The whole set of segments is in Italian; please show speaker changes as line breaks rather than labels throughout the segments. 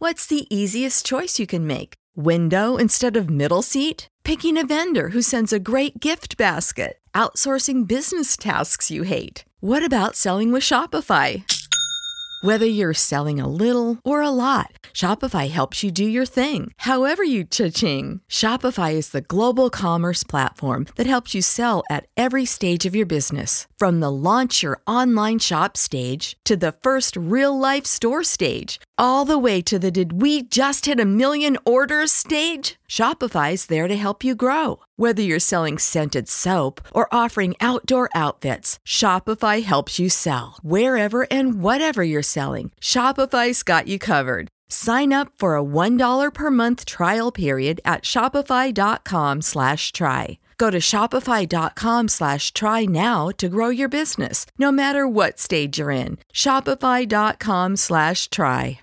What's the easiest choice you can make? Window instead of middle seat? Picking a vendor who sends a great gift basket? Outsourcing business tasks you hate? What about selling with Shopify? Whether you're selling a little or a lot, Shopify helps you do your thing, however you cha-ching. Shopify is the global commerce platform that helps you sell at every stage of your business. From the launch your online shop stage to the first real-life store stage, all the way to the did we just hit a million orders stage. Shopify's there to help you grow. Whether you're selling scented soap or offering outdoor outfits, Shopify helps you sell. Wherever and whatever you're selling, Shopify's got you covered. Sign up for a $1 per month trial period at shopify.com/try. Go to shopify.com/try now to grow your business, no matter what stage you're in. Shopify.com/try.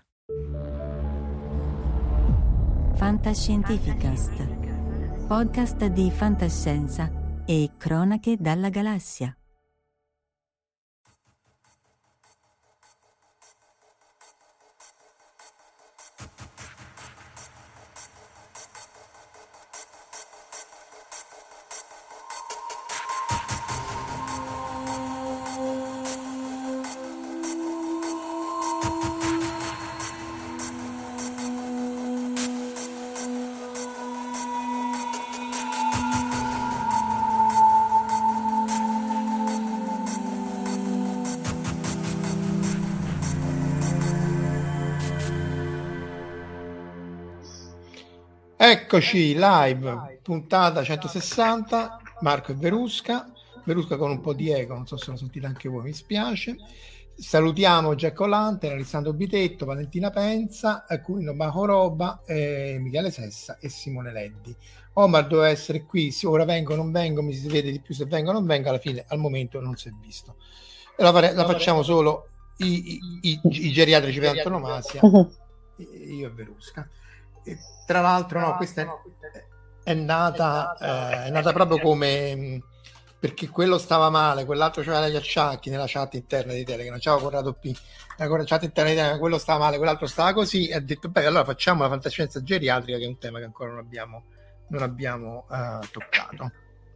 Fantascientificast, podcast di fantascienza e cronache dalla galassia.
Eccoci live, puntata 160, Marco e Verusca con un po' di eco, non so se lo sentite anche voi, mi spiace. Salutiamo Giacomo Lantern, Alessandro Bitetto, Valentina Penza, Cunino Bacoroba, Michele Sessa e Simone Leddi. Omar doveva essere qui, sì, ora vengo, non vengo, mi si vede di più se vengo o non vengo, alla fine al momento non si è visto. La facciamo solo i geriatrici per antonomasia, io e Verusca. E tra l'altro questa è nata proprio come perché quello stava male, quell'altro c'aveva gli acciacchi nella chat interna di Telegram, ciao Corrado P, la chat interna di Telegram, quello stava male, quell'altro stava così, e ha detto beh, allora facciamo la fantascienza geriatrica, che è un tema che ancora non abbiamo toccato.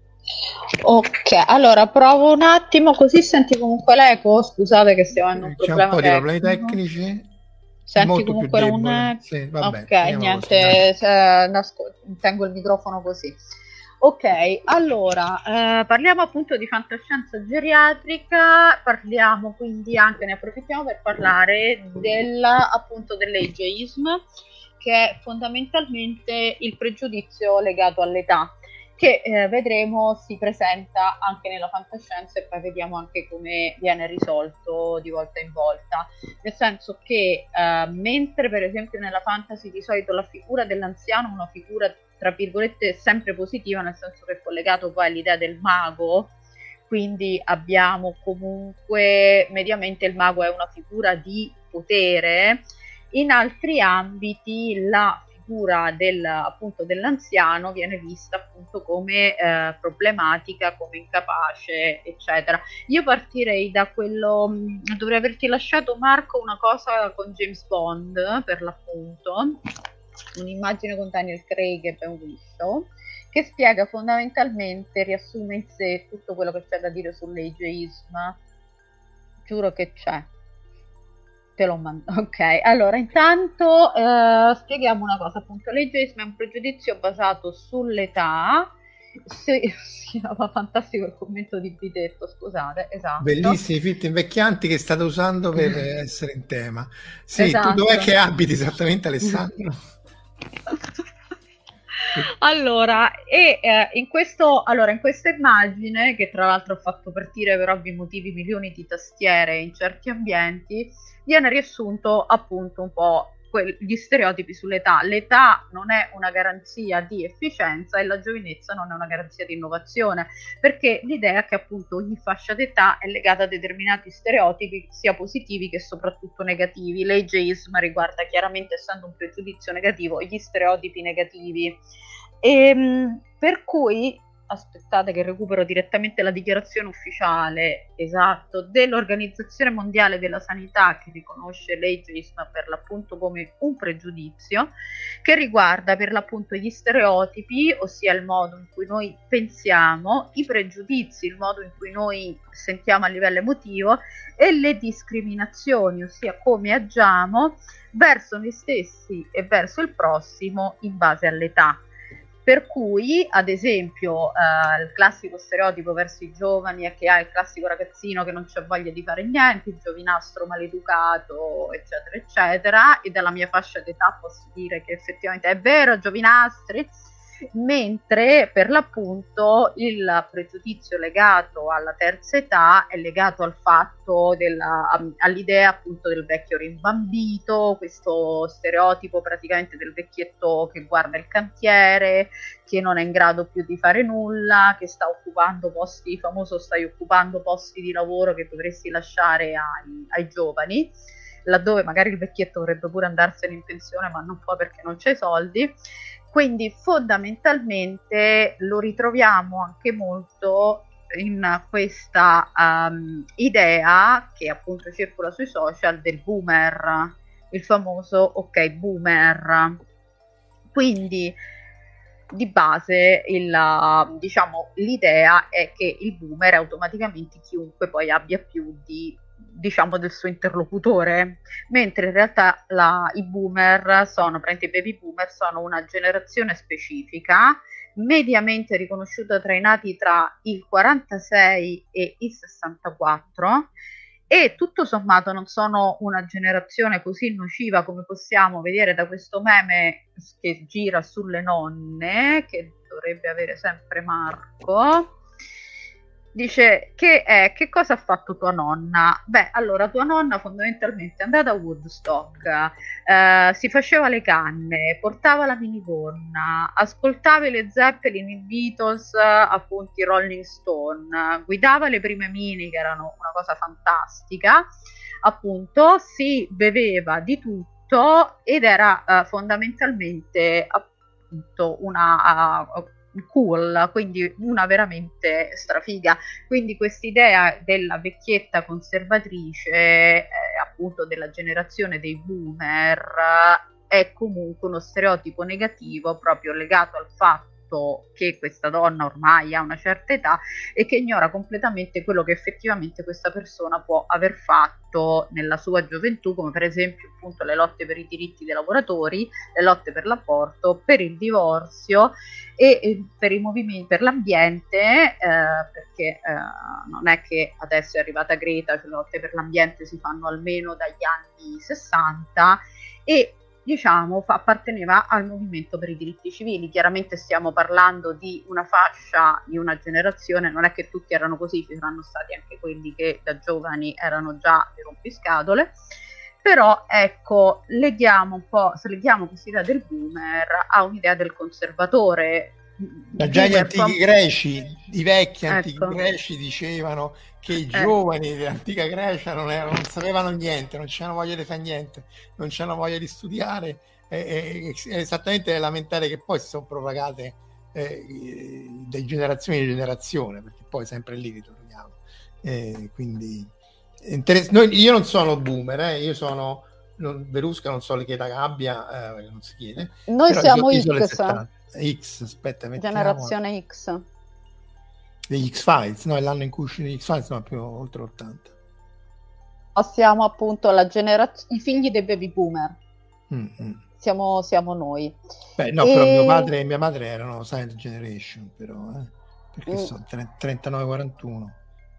Ok, allora provo un attimo, così senti comunque l'eco, scusate che stiamo avendo un problema,
c'è un po' di problemi tecnici.
Senti
molto
comunque
più
un...
sì, vabbè,
ok, niente, tengo il microfono così. Ok, allora parliamo appunto di fantascienza geriatrica, parliamo quindi anche, ne approfittiamo per parlare appunto dell'ageism, che è fondamentalmente il pregiudizio legato all'età, che vedremo si presenta anche nella fantascienza, e poi vediamo anche come viene risolto di volta in volta, nel senso che mentre per esempio nella fantasy di solito la figura dell'anziano è una figura tra virgolette sempre positiva, nel senso che è collegato poi all'idea del mago, quindi abbiamo comunque mediamente il mago è una figura di potere. In altri ambiti la figura appunto dell'anziano viene vista appunto come problematica, come incapace, eccetera. Io partirei da quello, dovrei averti lasciato Marco una cosa con James Bond, per l'appunto, un'immagine con Daniel Craig che abbiamo visto, che spiega fondamentalmente, riassume in sé tutto quello che c'è da dire sull'ageism. Giuro che c'è. Te lo mando. Ok, allora intanto spieghiamo una cosa, appunto l'ageism è un pregiudizio basato sull'età. Sì, va fantastico il commento di Bitetto, scusate, esatto.
Bellissimi filtri invecchianti che state usando per essere in tema. Sì,
esatto.
Tu dov'è che abiti esattamente, Alessandro?
Allora, in questa immagine, che tra l'altro ho fatto partire per ovvi motivi milioni di tastiere in certi ambienti, viene riassunto appunto un po' gli stereotipi sull'età. L'età non è una garanzia di efficienza e la giovinezza non è una garanzia di innovazione, perché l'idea è che appunto ogni fascia d'età è legata a determinati stereotipi, sia positivi che soprattutto negativi. L'ageism riguarda chiaramente, essendo un pregiudizio negativo, gli stereotipi negativi. Per cui aspettate che recupero direttamente la dichiarazione ufficiale, esatto, dell'Organizzazione Mondiale della Sanità, che riconosce l'ageism per l'appunto come un pregiudizio che riguarda per l'appunto gli stereotipi, ossia il modo in cui noi pensiamo, i pregiudizi, il modo in cui noi sentiamo a livello emotivo, e le discriminazioni, ossia come agiamo verso noi stessi e verso il prossimo in base all'età. Per cui, ad esempio, il classico stereotipo verso i giovani è che il classico ragazzino che non c'ha voglia di fare niente, il giovinastro maleducato, eccetera, eccetera, e dalla mia fascia d'età posso dire che effettivamente è vero, giovinastri, mentre per l'appunto il pregiudizio legato alla terza età è legato al fatto all'idea appunto del vecchio rimbambito, questo stereotipo praticamente del vecchietto che guarda il cantiere, che non è in grado più di fare nulla, che sta occupando posti, famoso stai occupando posti di lavoro che dovresti lasciare ai giovani, laddove magari il vecchietto vorrebbe pure andarsene in pensione ma non può perché non c'è i soldi. Quindi fondamentalmente lo ritroviamo anche molto in questa idea che appunto circola sui social del boomer, il famoso ok boomer. Quindi di base diciamo, l'idea è che il boomer è automaticamente chiunque poi abbia più di, diciamo, del suo interlocutore, mentre in realtà i boomer sono, i baby boomer sono una generazione specifica mediamente riconosciuta tra i nati tra il 46 e il 64, e tutto sommato non sono una generazione così nociva come possiamo vedere da questo meme che gira sulle nonne, che dovrebbe avere sempre Marco. Dice che cosa ha fatto tua nonna? Beh, allora tua nonna fondamentalmente è andata a Woodstock, si faceva le canne, portava la minigonna, ascoltava le Zeppelin, i Beatles, appunto i Rolling Stone, guidava le prime Mini che erano una cosa fantastica, appunto si beveva di tutto ed era fondamentalmente appunto una cool, quindi una veramente strafiga. Quindi quest'idea della vecchietta conservatrice, appunto della generazione dei boomer, è comunque uno stereotipo negativo proprio legato al fatto che questa donna ormai ha una certa età e che ignora completamente quello che effettivamente questa persona può aver fatto nella sua gioventù, come per esempio appunto le lotte per i diritti dei lavoratori, le lotte per l'aborto, per il divorzio e per i movimenti per l'ambiente, perché non è che adesso è arrivata Greta, cioè le lotte per l'ambiente si fanno almeno dagli anni 60 e diciamo apparteneva al movimento per i diritti civili. Chiaramente stiamo parlando di una fascia, di una generazione, non è che tutti erano così, ci saranno stati anche quelli che da giovani erano già dei rompiscatole, però ecco, leghiamo questa idea del boomer a un'idea del conservatore.
Già gli antichi greci, i vecchi antichi greci dicevano che i giovani dell'antica Grecia non sapevano niente, non c'erano voglia di fare niente, non c'erano voglia di studiare, esattamente le lamentele che poi si sono propagate da generazione in generazione, perché poi sempre lì ritorniamo. Quindi io non sono boomer, io sono Verusca, non so che età abbia, non si chiede.
Noi siamo
X, aspetta,
generazione X
degli X-Files, no, è l'anno in cui uscì gli X-Files, no, più oltre 80.
Siamo appunto la i figli dei baby boomer. Siamo noi.
Beh, no, però mio padre e mia madre erano Silent Generation, però, perché sono 39-41.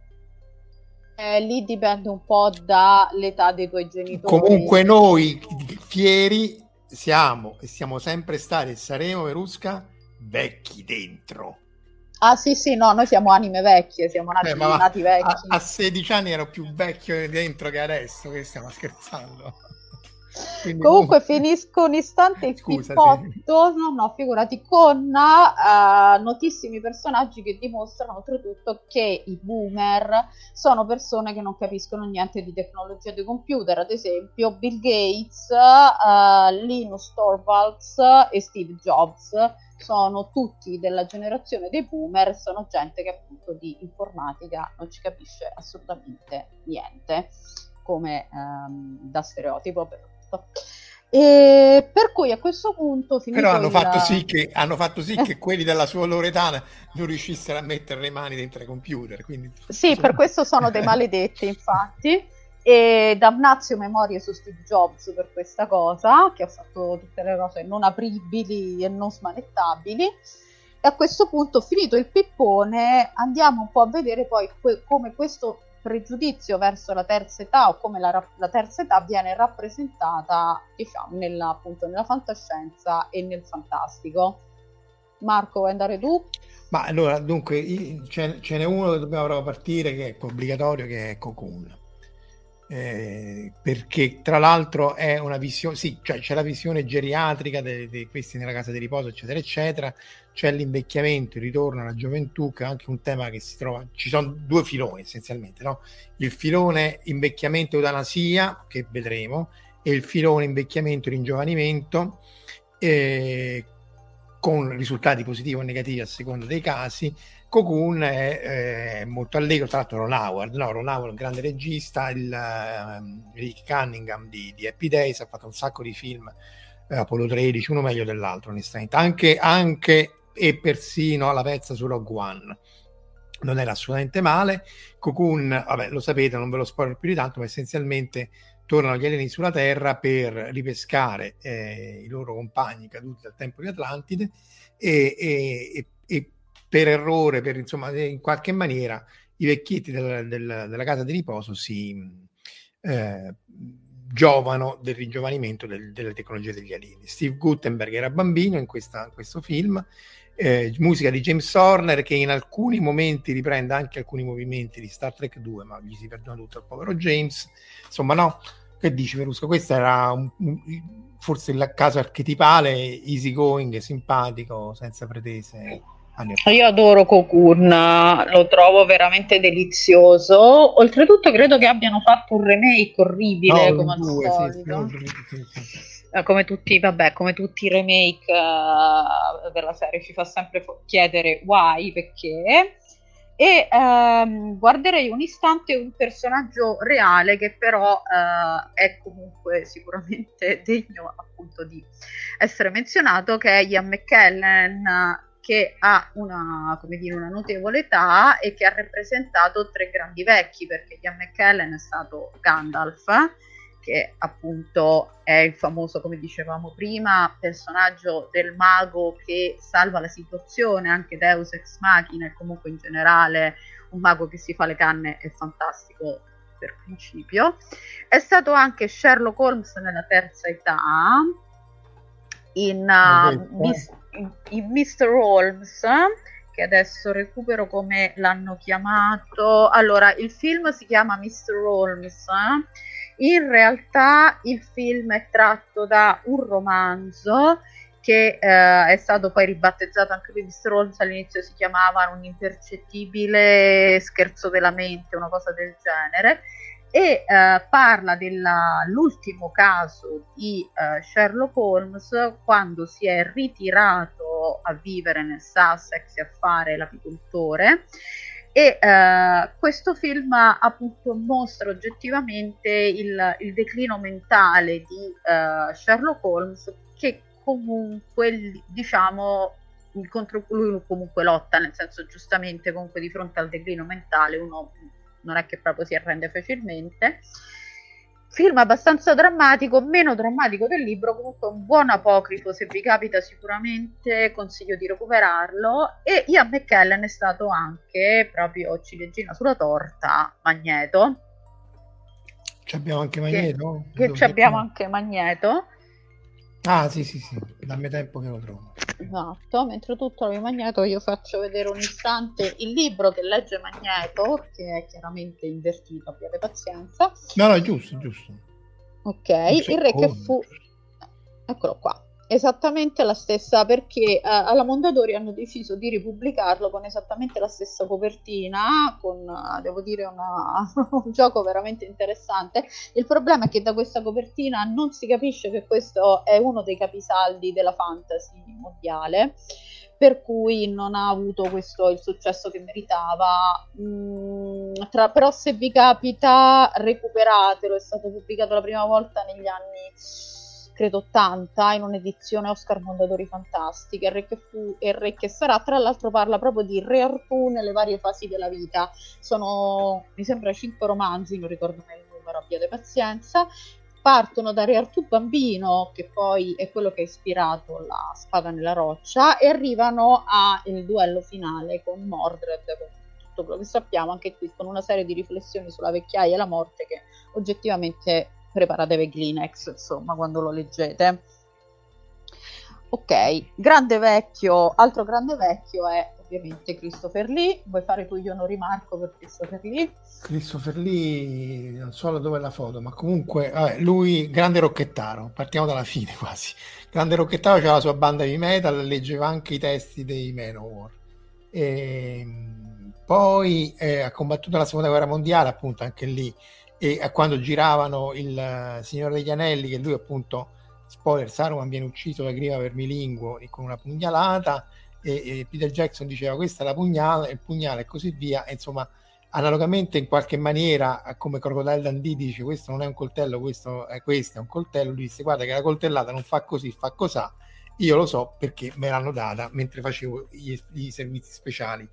Lì dipende un po' dall'età dei tuoi genitori.
Comunque noi fieri siamo e siamo sempre stati e saremo, Verusca, vecchi dentro.
Ah sì, no, noi siamo anime vecchie, siamo nati vecchi.
A 16 anni ero più vecchio dentro che adesso, che stiamo scherzando. Quindi,
comunque finisco un istante il pippotto, no, figurati, con notissimi personaggi che dimostrano oltretutto che i boomer sono persone che non capiscono niente di tecnologia dei computer, ad esempio Bill Gates, Linus Torvalds e Steve Jobs, sono tutti della generazione dei boomer, sono gente che appunto di informatica non ci capisce assolutamente niente, come da stereotipo peraltro. E per cui a questo punto
però hanno fatto sì che quelli della sua loro età non riuscissero a mettere le mani dentro i computer, quindi
sì, per questo sono dei maledetti, infatti. E damnatio memoria su Steve Jobs per questa cosa, che ha fatto tutte le cose non apribili e non smanettabili. E a questo punto, finito il pippone, andiamo un po' a vedere poi come questo pregiudizio verso la terza età, o come la terza età viene rappresentata, diciamo, appunto nella fantascienza e nel fantastico. Marco, vuoi andare tu?
Ma allora, dunque, ce n'è uno che dobbiamo proprio partire, che è obbligatorio, che è Cocoon. Perché tra l'altro è una visione, sì, cioè c'è la visione geriatrica di questi nella casa di riposo, eccetera eccetera, c'è l'invecchiamento, il ritorno alla gioventù, che è anche un tema che si trova, ci sono due filoni essenzialmente, no? Il filone invecchiamento e eutanasia, che vedremo, e il filone invecchiamento e ringiovanimento, con risultati positivi o negativi a seconda dei casi. Cocoon è molto allegro, tra l'altro Ron Howard, un grande regista, Rick Cunningham di Happy Days, ha fatto un sacco di film, Apollo 13, uno meglio dell'altro onestamente, anche e persino la pezza su Rogue One non era assolutamente male. Cocoon, vabbè, lo sapete, non ve lo spoiler più di tanto, ma essenzialmente tornano gli alieni sulla Terra per ripescare i loro compagni caduti dal tempo di Atlantide e per errore, insomma, in qualche maniera i vecchietti della casa di riposo si giovano del ringiovanimento delle tecnologie degli alieni. Steve Guttenberg era bambino in questo film, musica di James Horner, che in alcuni momenti riprende anche alcuni movimenti di Star Trek 2, ma gli si perdona tutto al povero James. Insomma, no, che dici, Verusca? Questo era forse il caso archetipale, easy going, simpatico, senza pretese.
Io adoro Cocoon, lo trovo veramente delizioso. Oltretutto credo che abbiano fatto un remake orribile, come al solito. Sì. Come tutti i remake della serie, ci fa sempre chiedere why, perché. E guarderei un istante un personaggio reale che però è comunque sicuramente degno appunto di essere menzionato, che è Ian McKellen, che ha una notevole età e che ha rappresentato tre grandi vecchi, perché Ian McKellen è stato Gandalf, che appunto è il famoso, come dicevamo prima, personaggio del mago che salva la situazione, anche Deus Ex Machina, e comunque in generale un mago che si fa le canne è fantastico per principio. È stato anche Sherlock Holmes nella terza età, in Mr. Holmes, che adesso recupero come l'hanno chiamato. Allora, il film si chiama Mr. Holmes. In realtà il film è tratto da un romanzo che è stato poi ribattezzato anche per Mr. Holmes. All'inizio si chiamava Un impercettibile scherzo della mente, una cosa del genere, e parla dell'ultimo caso di Sherlock Holmes, quando si è ritirato a vivere nel Sussex e a fare l'apicoltore. E questo film appunto mostra oggettivamente il declino mentale di Sherlock Holmes, che comunque, diciamo, contro lui comunque lotta, nel senso, giustamente, comunque di fronte al declino mentale uno non è che proprio si arrende facilmente. Film abbastanza drammatico, meno drammatico del libro, comunque un buon apocrifo, se vi capita sicuramente consiglio di recuperarlo. E Ian McKellen è stato anche, proprio ciliegina sulla torta, Magneto.
Abbiamo anche Magneto?
Abbiamo anche Magneto.
Ah, sì, dammi tempo che lo trovo.
Esatto, mentre tu trovi Magneto io faccio vedere un istante il libro che legge Magneto, che è chiaramente invertito, abbiate pazienza.
No, è giusto.
Ok, il re che fu... Eccolo qua. esattamente la stessa, perché alla Mondadori hanno deciso di ripubblicarlo con esattamente la stessa copertina, con, devo dire, un gioco veramente interessante. Il problema è che da questa copertina non si capisce che questo è uno dei capisaldi della fantasy mondiale, per cui non ha avuto il successo che meritava. Però se vi capita, recuperatelo, è stato pubblicato la prima volta negli anni, credo 80, in un'edizione Oscar Mondadori fantastica, Il Re che fu e Il Re che sarà. Tra l'altro parla proprio di Re Artù nelle varie fasi della vita. Sono, mi sembra, 5 romanzi, non ricordo mai il numero, abbiate pazienza. Partono da Re Artù bambino, che poi è quello che ha ispirato La Spada nella roccia, e arrivano al duello finale con Mordred, con tutto quello che sappiamo, anche qui con una serie di riflessioni sulla vecchiaia e la morte che oggettivamente preparatevi Kleenex, insomma, quando lo leggete. Ok, grande vecchio, altro grande vecchio è ovviamente Christopher Lee. Vuoi fare tu gli onori, Marco, per Christopher Lee?
Christopher Lee, non so dove è la foto, ma comunque lui, grande rocchettaro, partiamo dalla fine quasi. Grande rocchettaro, c'era la sua banda di metal, leggeva anche i testi dei Manowar. Poi ha combattuto la seconda guerra mondiale, appunto, anche lì, e quando giravano Il Signore degli Anelli, che lui appunto, spoiler, Saruman viene ucciso da Griva Vermilinguo con una pugnalata, e Peter Jackson diceva questa è la pugnale, il pugnale e così via, e insomma analogamente in qualche maniera, come Crocodile Dundee dice questo non è un coltello, questo è un coltello, lui disse guarda che la coltellata non fa così, fa cosà, io lo so perché me l'hanno data mentre facevo i servizi speciali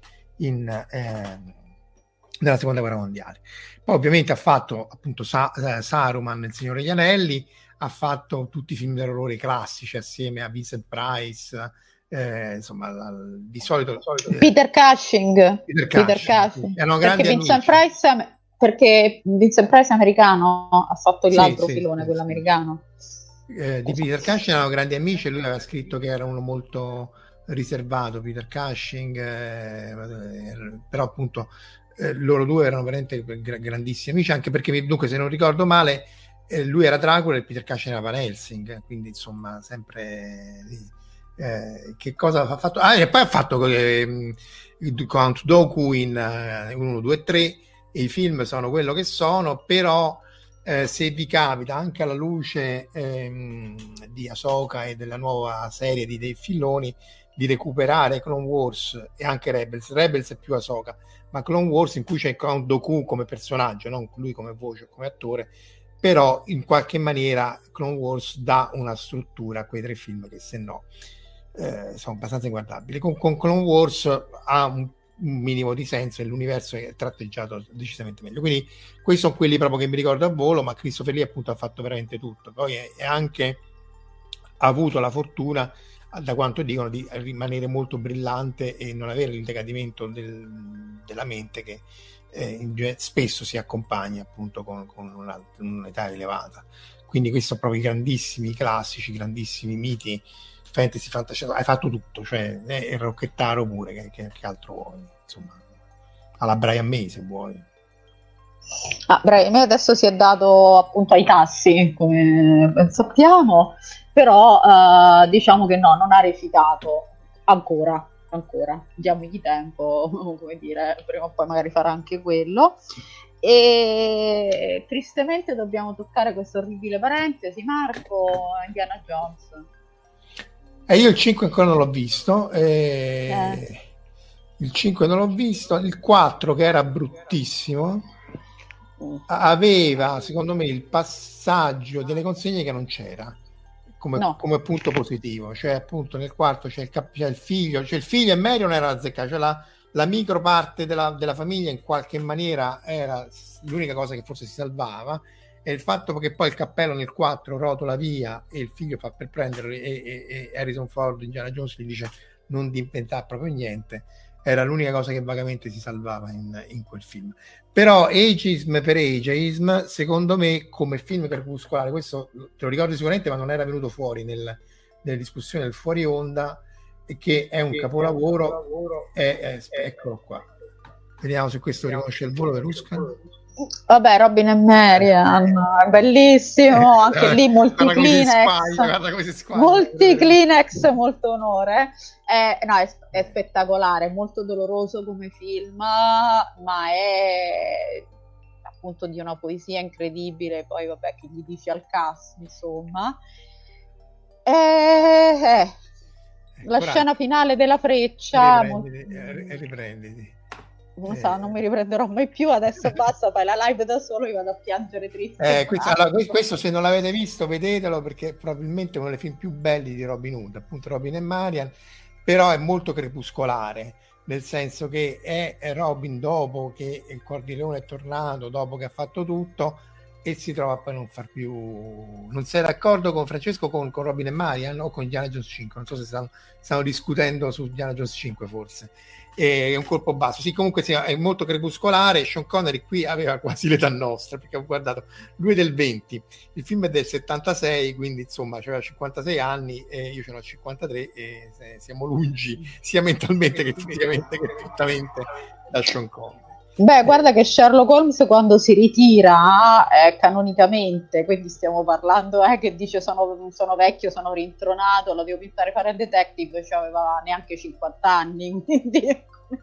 nella seconda guerra mondiale. Poi ovviamente ha fatto appunto Saruman, Il Signore degli Anelli, ha fatto tutti i film dell'orrore classici assieme a Vincent Price, insomma di solito
Peter Cushing.
Erano grandi
perché Vincent Price è americano, ha fatto l'altro filone, quello americano.
Di Peter Cushing erano grandi amici, e lui aveva scritto che era uno molto riservato, Peter Cushing, però appunto loro due erano veramente grandissimi amici, anche perché dunque, se non ricordo male, lui era Dracula e Peter Cushing era Van Helsing, quindi insomma sempre che cosa ha fatto? E poi ha fatto Count Dooku in 1, 2, 3, e i film sono quello che sono, però se vi capita, anche alla luce di Ahsoka e della nuova serie di Dave Filoni, di recuperare Clone Wars e anche Rebels è più Ahsoka, ma Clone Wars, in cui c'è Count Dooku come personaggio, non lui come voce o come attore, però in qualche maniera Clone Wars dà una struttura a quei 3 film che se no sono abbastanza inguardabili. Con Clone Wars ha un minimo di senso e l'universo è tratteggiato decisamente meglio, quindi questi sono quelli proprio che mi ricordo a volo, ma Christopher Lee appunto ha fatto veramente tutto. Poi è anche ha avuto la fortuna, da quanto dicono, di rimanere molto brillante e non avere il decadimento della mente che spesso si accompagna appunto con un'età elevata. Quindi questi sono proprio i grandissimi classici, grandissimi miti fantasy, fantascienza. Hai fatto tutto, cioè il rocchettaro pure, che altro vuoi, insomma, alla Brian May se vuoi.
Brian May adesso si è dato appunto ai tassi, come ben sappiamo, però diciamo che no, non ha recitato ancora, diamogli tempo, come dire, prima o poi magari farà anche quello. E tristemente dobbiamo toccare questa orribile parentesi, Marco, Indiana Jones.
Io il 5 ancora non l'ho visto, il 5 non l'ho visto, il 4 che era bruttissimo aveva secondo me il passaggio delle consegne che non c'era come punto positivo, cioè appunto nel quarto c'è il figlio, e Mary non era azzeccata, cioè la micro parte della famiglia in qualche maniera era l'unica cosa che forse si salvava, e il fatto che poi il cappello nel 4 rotola via e il figlio fa per prenderlo e Harrison Ford, Indiana Jones, gli dice non di inventare proprio niente, era l'unica cosa che vagamente si salvava in quel film. Però ageism per ageism, secondo me, come film crepuscolare, questo te lo ricordi sicuramente, ma non era venuto fuori nelle discussioni del fuori onda, che è un capolavoro. Eccolo qua, vediamo se questo riconosce il volo Verusca.
Vabbè, Robin e Marian, è bellissimo, anche lì molti Kleenex, molto onore. No, è spettacolare, molto doloroso come film, ma è appunto di una poesia incredibile. Poi vabbè, chi gli dice al cast, insomma. La scena finale della freccia.
Riprenditi.
Non so, non mi riprenderò mai più, adesso basta, fai la live da solo, io vado a piangere triste.
Questo se non l'avete visto vedetelo, perché è probabilmente uno dei film più belli di Robin Hood, appunto Robin e Marian, però è molto crepuscolare, nel senso che è Robin dopo che il Cuor di Leone è tornato, dopo che ha fatto tutto, e si trova a poi non sei d'accordo con Francesco con Robin e Marian o con Indiana Jones 5, non so se stanno discutendo su Indiana Jones 5 forse. È un colpo basso, sì, comunque sì, è molto crepuscolare. Sean Connery qui aveva quasi l'età nostra, perché ho guardato, lui è del 20, il film è del 76, quindi insomma aveva 56 anni e io ce n'ho 53 e siamo lungi sia mentalmente che fisicamente che tuttamente da Sean Connery.
Beh, guarda che Sherlock Holmes quando si ritira canonicamente, quindi stiamo parlando che dice sono vecchio, sono rintronato, lo devo pintare fare il detective, cioè aveva neanche 50 anni, quindi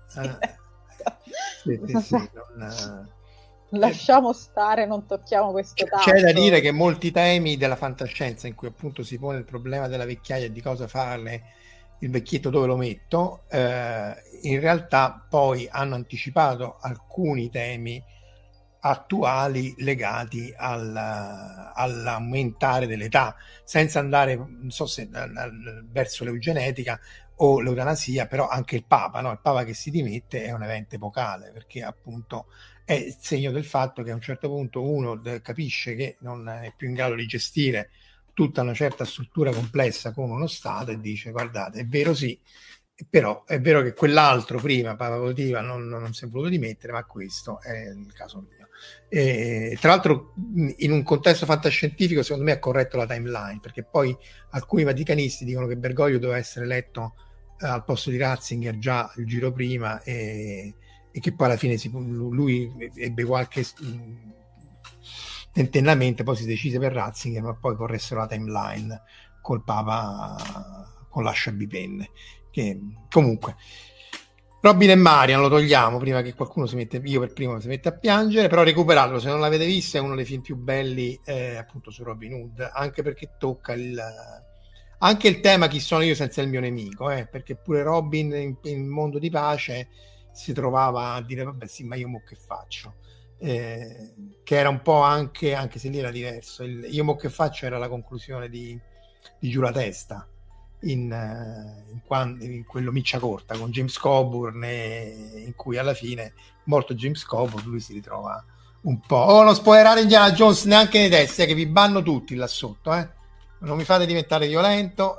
lasciamo stare, non tocchiamo questo tasto.
C'è da dire che molti temi della fantascienza in cui appunto si pone il problema della vecchiaia e di cosa farne, il vecchietto dove lo metto, in realtà poi hanno anticipato alcuni temi attuali legati all'aumentare dell'età, senza andare, non so se verso l'eugenetica o l'eutanasia, però anche il Papa, no? Il Papa che si dimette è un evento epocale, perché appunto è il segno del fatto che a un certo punto uno capisce che non è più in grado di gestire tutta una certa struttura complessa come uno Stato e dice: guardate, è vero sì, però è vero che quell'altro prima, Papa Votiva, non si è voluto dimettere, ma questo è il caso mio. E, tra l'altro in un contesto fantascientifico secondo me ha corretto la timeline, perché poi alcuni vaticanisti dicono che Bergoglio doveva essere eletto al posto di Ratzinger già il giro prima e che poi alla fine lui ebbe qualche tentennamento, poi si decise per Ratzinger, ma poi corressero la timeline col Papa con l'ascia bipenne. Che comunque Robin e Marian lo togliamo prima che qualcuno si mette, io per primo si mette a piangere, però recuperatelo se non l'avete visto, è uno dei film più belli appunto su Robin Hood, anche perché tocca anche il tema chi sono io senza il mio nemico, perché pure Robin in Mondo di Pace si trovava a dire vabbè sì, ma io mo che faccio, che era un po' anche se lì era diverso, io mo che faccio era la conclusione di Giuratesta in quello Miccia Corta con James Coburn, in cui alla fine, morto James Coburn, lui si ritrova un po'. Non spoilerare Indiana Jones neanche nei testi, che vi banno tutti là sotto, non mi fate diventare violento.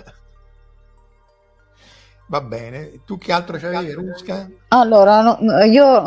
Va bene, tu che altro c'avevi, Rusca?
Allora, io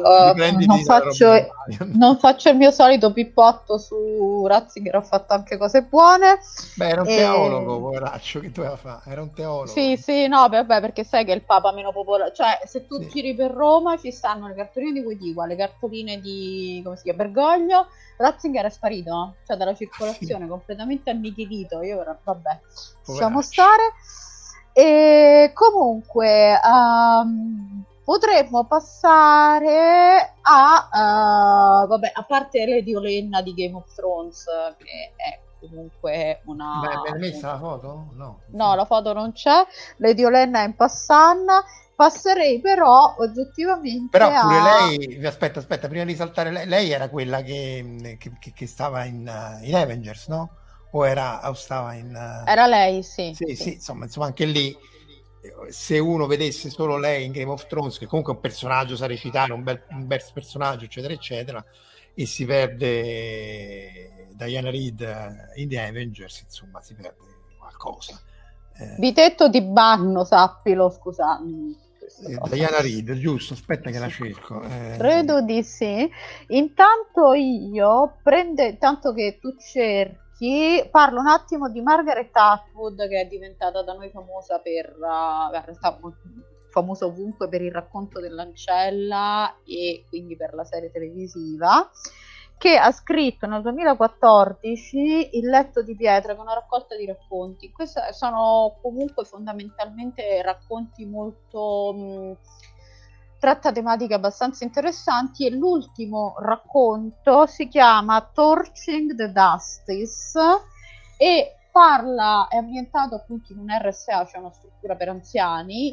non faccio il mio solito pippotto su Ratzinger, ho fatto anche cose buone.
Beh, era un teologo, poveraccio, che doveva fare? Era un teologo.
Sì, no, vabbè, perché sai che è il Papa meno popolare, cioè se tu giri per Roma ci stanno le cartoline di Wojtyła, le cartoline di, come si chiama, Bergoglio. Ratzinger è sparito, cioè dalla circolazione, completamente annichilito. Io ora, vabbè, lasciamo stare. E comunque potremmo passare vabbè, a parte Lady Olenna di Game of Thrones, che è comunque una...
Beh, l'hai messa la foto?
No, la foto non c'è. Lady Olenna è in Passan. Passerei però oggettivamente
pure lei, aspetta, prima di saltare, lei era quella che stava in Avengers, no? O stava in...
Era lei, sì.
Sì, insomma anche lì, se uno vedesse solo lei in Game of Thrones, che comunque è un personaggio sa recitare, un bel personaggio, eccetera, eccetera, e si perde Diana Reed in The Avengers, insomma, si perde qualcosa.
Bitetto di Banno, sappilo, scusa.
Diana Reed, giusto? Aspetta che la cerco.
Credo di sì. Intanto tanto che tu cerchi, parlo un attimo di Margaret Atwood, che è diventata da noi famosa per famoso ovunque per il racconto dell'ancella e quindi per la serie televisiva, che ha scritto nel 2014 Il letto di pietra, che è una raccolta di racconti. Questi sono comunque fondamentalmente racconti molto tratta tematiche abbastanza interessanti, e l'ultimo racconto si chiama Torching the Dusties e è ambientato appunto in un RSA, cioè una struttura per anziani,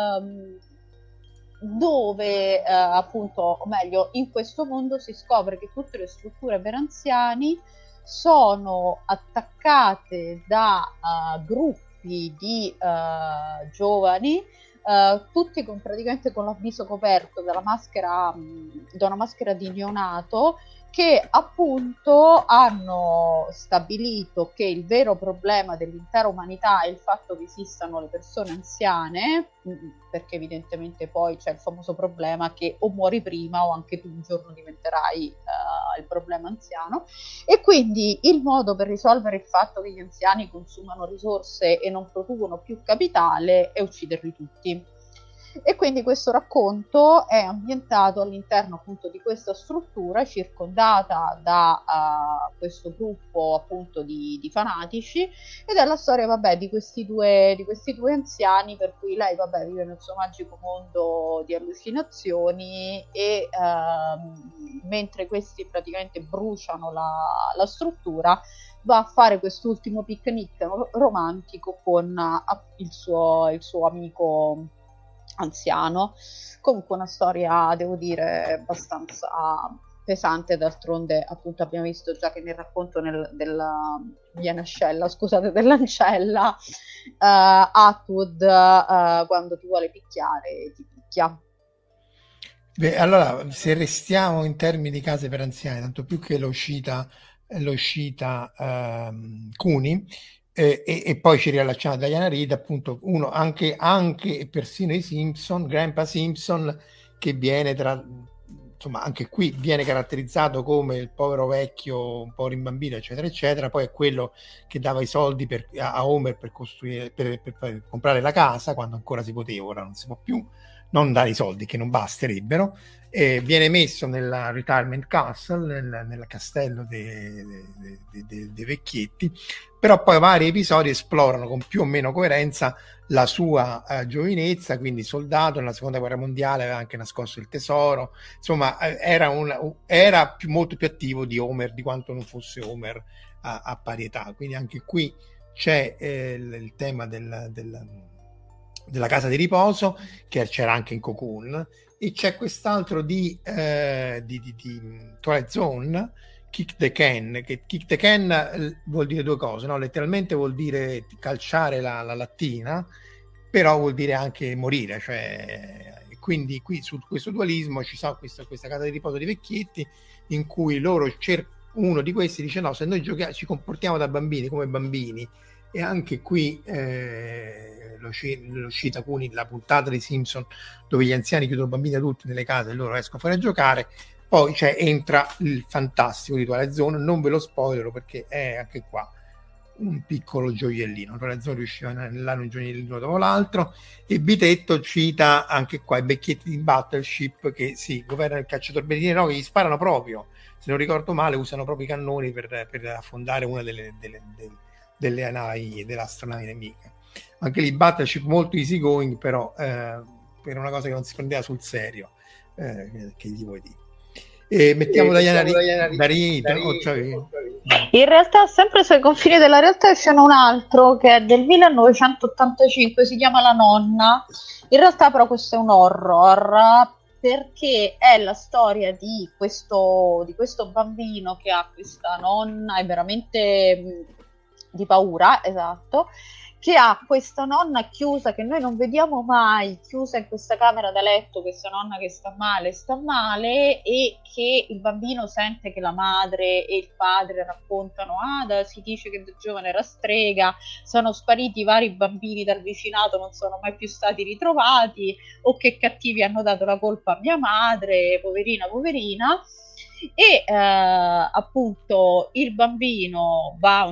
dove appunto, o meglio, in questo mondo si scopre che tutte le strutture per anziani sono attaccate da gruppi di giovani, tutti praticamente con l'avviso coperto da una maschera di neonato, che appunto hanno stabilito che il vero problema dell'intera umanità è il fatto che esistano le persone anziane, perché evidentemente poi c'è il famoso problema che o muori prima o anche tu un giorno diventerai il problema anziano, e quindi il modo per risolvere il fatto che gli anziani consumano risorse e non producono più capitale è ucciderli tutti. E quindi questo racconto è ambientato all'interno appunto di questa struttura, circondata da questo gruppo appunto di fanatici, ed è la storia, vabbè, di questi due anziani, per cui lei, vabbè, vive nel suo magico mondo di allucinazioni, e mentre questi praticamente bruciano la struttura, va a fare quest'ultimo picnic romantico con il suo amico anziano. Comunque una storia, devo dire, abbastanza pesante. D'altronde appunto abbiamo visto già che nel racconto dell'ancella, Atwood, quando ti vuole picchiare ti picchia.
Beh, allora, se restiamo in termini di case per anziani, tanto più che l'uscita Cuni, e poi ci riallacciamo a Diana Reed, appunto, uno anche persino i Simpson, Grandpa Simpson, che viene insomma, anche qui viene caratterizzato come il povero vecchio un po' rimbambito, eccetera eccetera. Poi è quello che dava i soldi a Homer per costruire, per comprare la casa, quando ancora si poteva, ora non si può più non dare i soldi, che non basterebbero. Viene messo nella retirement castle, nel castello dei vecchietti, però poi vari episodi esplorano con più o meno coerenza la sua giovinezza, quindi soldato nella seconda guerra mondiale, aveva anche nascosto il tesoro, insomma era molto più attivo di Homer, di quanto non fosse Homer a pari età. Quindi anche qui c'è il tema della casa di riposo, che c'era anche in Cocoon, e c'è quest'altro di Twilight Zone, Kick the Can, che Kick the Can vuol dire due cose, no? Letteralmente vuol dire calciare la lattina, però vuol dire anche morire, cioè, quindi qui su questo dualismo ci sono questa casa di riposo di vecchietti, in cui uno di questi dice no, se noi ci comportiamo da bambini come bambini, e anche qui l'uscita Cuni, la puntata dei Simpson dove gli anziani chiudono bambini adulti nelle case e loro escono fuori a giocare. Poi entra il fantastico di Twilight Zone, non ve lo spoilerò perché è anche qua un piccolo gioiellino. Twilight Zone riusciva nell'anno un gioiellino dopo l'altro, e Bitetto cita anche qua i vecchietti di Battleship che si governano il cacciatorpedini, no, che gli sparano proprio, se non ricordo male usano proprio i cannoni per affondare una delle navi, delle astronavi nemiche. Anche lì Battleship molto easy going, però per una cosa che non si prendeva sul serio, che gli vuoi dire. E mettiamo Diana Reed.
In realtà, sempre sui confini della realtà, c'è un altro che è del 1985, si chiama La nonna. In realtà però questo è un horror, perché è la storia di questo bambino che ha questa nonna, è veramente di paura, esatto, che ha questa nonna chiusa, che noi non vediamo mai, chiusa in questa camera da letto, questa nonna che sta male, e che il bambino sente che la madre e il padre raccontano: si dice che da giovane era strega, sono spariti vari bambini dal vicinato, non sono mai più stati ritrovati, o che cattivi hanno dato la colpa a mia madre, poverina. E appunto il bambino va a un certo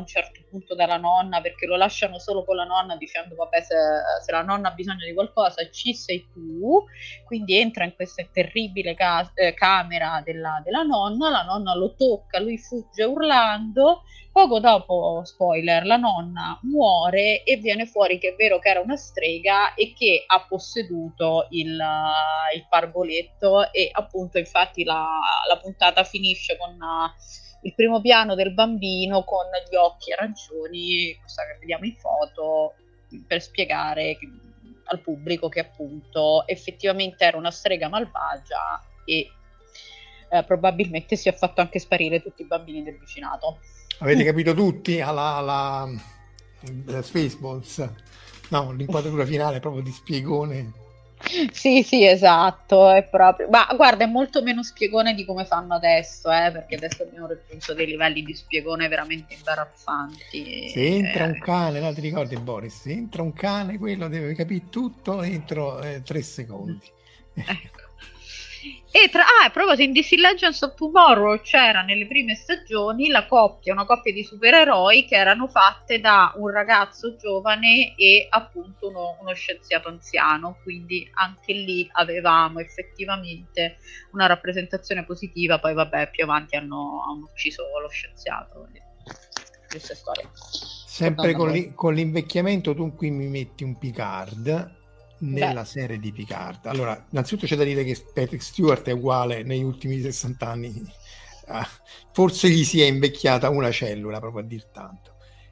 punto dalla nonna, perché lo lasciano solo con la nonna dicendo vabbè, se la nonna ha bisogno di qualcosa ci sei tu, quindi entra in questa terribile camera della nonna, la nonna lo tocca, lui fugge urlando, poco dopo, spoiler, la nonna muore e viene fuori che è vero che era una strega e che ha posseduto il pargoletto, e appunto infatti la puntata finisce con il primo piano del bambino con gli occhi arancioni, questa che vediamo in foto, per spiegare al pubblico che appunto effettivamente era una strega malvagia e probabilmente si è fatto anche sparire tutti i bambini del vicinato.
Avete capito tutti alla Spaceballs? No, l'inquadratura finale è proprio di spiegone.
Sì, esatto, è proprio. Ma guarda, è molto meno spiegone di come fanno adesso, perché adesso abbiamo raggiunto dei livelli di spiegone veramente imbarazzanti.
Se entra un cane, no, ti ricordi Boris? Se entra un cane, quello deve capire tutto entro 3 secondi.
Ecco. E proprio in DC Legends of Tomorrow c'era nelle prime stagioni una coppia di supereroi che erano fatte da un ragazzo giovane e appunto uno scienziato anziano, quindi anche lì avevamo effettivamente una rappresentazione positiva. Poi vabbè, più avanti hanno ucciso lo scienziato, questa storia.
Sempre con l'invecchiamento tu qui mi metti un Picard nella serie di Picard. Allora, innanzitutto c'è da dire che Patrick Stewart è uguale negli ultimi 60 anni, forse gli si è invecchiata una cellula, proprio a dir tanto.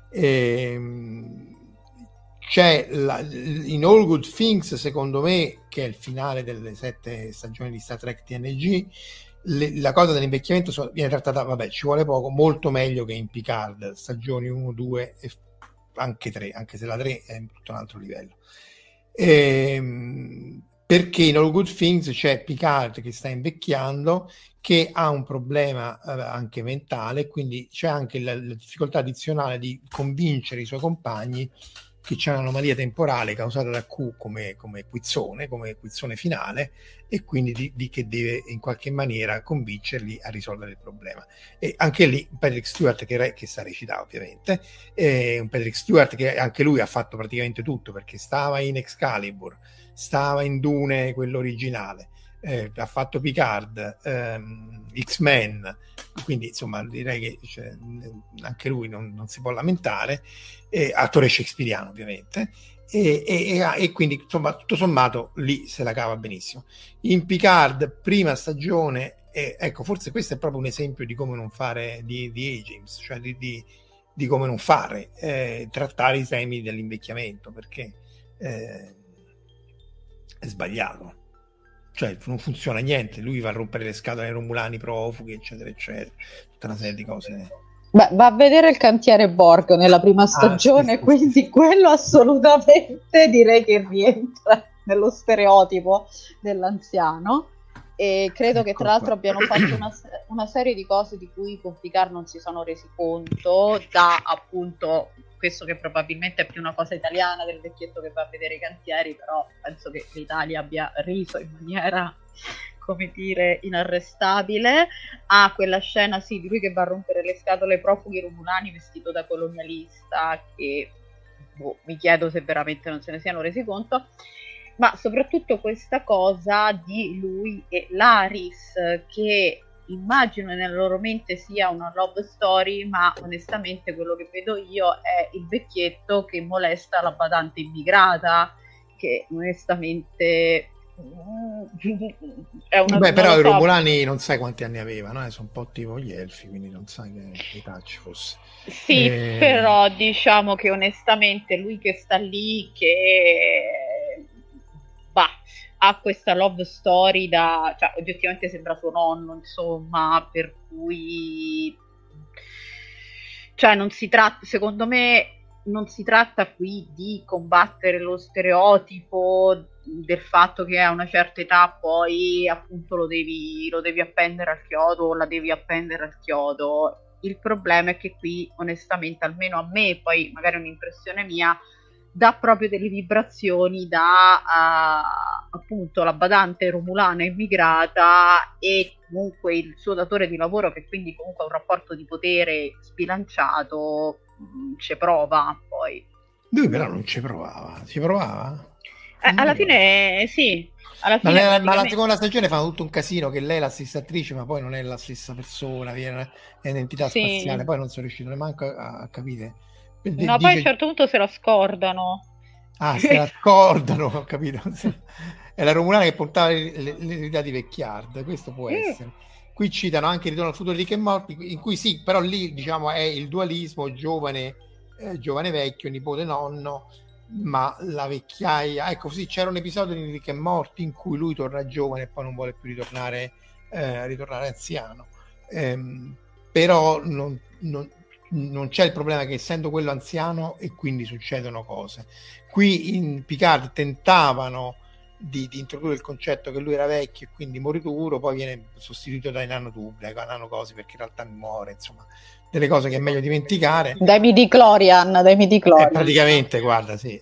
C'è in All Good Things, secondo me, che è il finale delle 7 stagioni di Star Trek TNG, la cosa dell'invecchiamento viene trattata, vabbè, ci vuole poco, molto meglio che in Picard stagioni 1, 2 e anche 3, anche se la 3 è tutto un altro livello. Perché in All Good Things c'è Picard che sta invecchiando, che ha un problema anche mentale, quindi c'è anche la difficoltà addizionale di convincere i suoi compagni che c'è un'anomalia temporale causata da Q come quizzone finale, e quindi di che deve in qualche maniera convincerli a risolvere il problema. E anche lì Patrick Stewart che sa recitare, ovviamente, un Patrick Stewart che anche lui ha fatto praticamente tutto, perché stava in Excalibur, stava in Dune, quello originale, ha fatto Picard, X-Men, quindi insomma direi che anche lui non si può lamentare, attore shakespeariano ovviamente, e quindi insomma tutto sommato lì se la cava benissimo. In Picard prima stagione, ecco, forse questo è proprio un esempio di come non fare di A-James, cioè di come non fare trattare i temi dell'invecchiamento, perché è sbagliato, cioè non funziona niente, lui va a rompere le scatole ai Romulani profughi, eccetera eccetera, tutta una serie di cose.
Beh, va a vedere il cantiere Borg nella prima stagione, quindi quello assolutamente direi che rientra nello stereotipo dell'anziano, e credo che tra l'altro abbiano fatto una serie di cose di cui con Picard non si sono resi conto, da appunto questo che probabilmente è più una cosa italiana del vecchietto che va a vedere i cantieri, però penso che l'Italia abbia riso in maniera, come dire, inarrestabile a quella scena di lui che va a rompere le scatole ai profughi romulani vestito da colonialista, che mi chiedo se veramente non se ne siano resi conto, ma soprattutto questa cosa di lui e Laris, che immagino nella loro mente sia una love story, ma onestamente quello che vedo io è il vecchietto che molesta la badante immigrata, che onestamente è una...
Beh, però i Romulani non sai quanti anni avevano, sono un po' tipo gli elfi, quindi non sai che età ci fosse.
Sì, però diciamo che onestamente lui che sta lì, che ha questa love story cioè oggettivamente sembra suo nonno, insomma, per cui cioè non si tratta, secondo me non si tratta qui di combattere lo stereotipo del fatto che a una certa età poi appunto lo devi appendere al chiodo o la devi appendere al chiodo. Il problema è che qui onestamente, almeno a me, poi magari è un'impressione mia, dà proprio delle vibrazioni da appunto la badante romulana immigrata e comunque il suo datore di lavoro, che quindi comunque ha un rapporto di potere sbilanciato, ci prova poi.
Lui però non ci provava, ci provava?
Alla fine sì. Alla fine
ma la seconda stagione fa tutto un casino che lei è la stessa attrice ma poi non è la stessa persona, è un'entità spaziale, poi non sono riuscito neanche a capire.
No, poi a un certo punto se la scordano.
Se la scordano, ho capito. È la Romulana che portava l'eredità di Vecchiard, questo può essere. Qui citano anche Ritorno al futuro di Rick e Morty, in cui sì, però lì diciamo è il dualismo giovane vecchio, nipote nonno, ma la vecchiaia, ecco sì, c'era un episodio di Rick e Morty in cui lui torna giovane e poi non vuole più ritornare anziano, però non c'è il problema che essendo quello anziano e quindi succedono cose. Qui in Picard tentavano di introdurre il concetto che lui era vecchio e quindi morituro, poi viene sostituito dai nanocosi perché in realtà muore, insomma delle cose che è meglio dimenticare.
Dai midi-chlorian.
Praticamente, guarda, sì.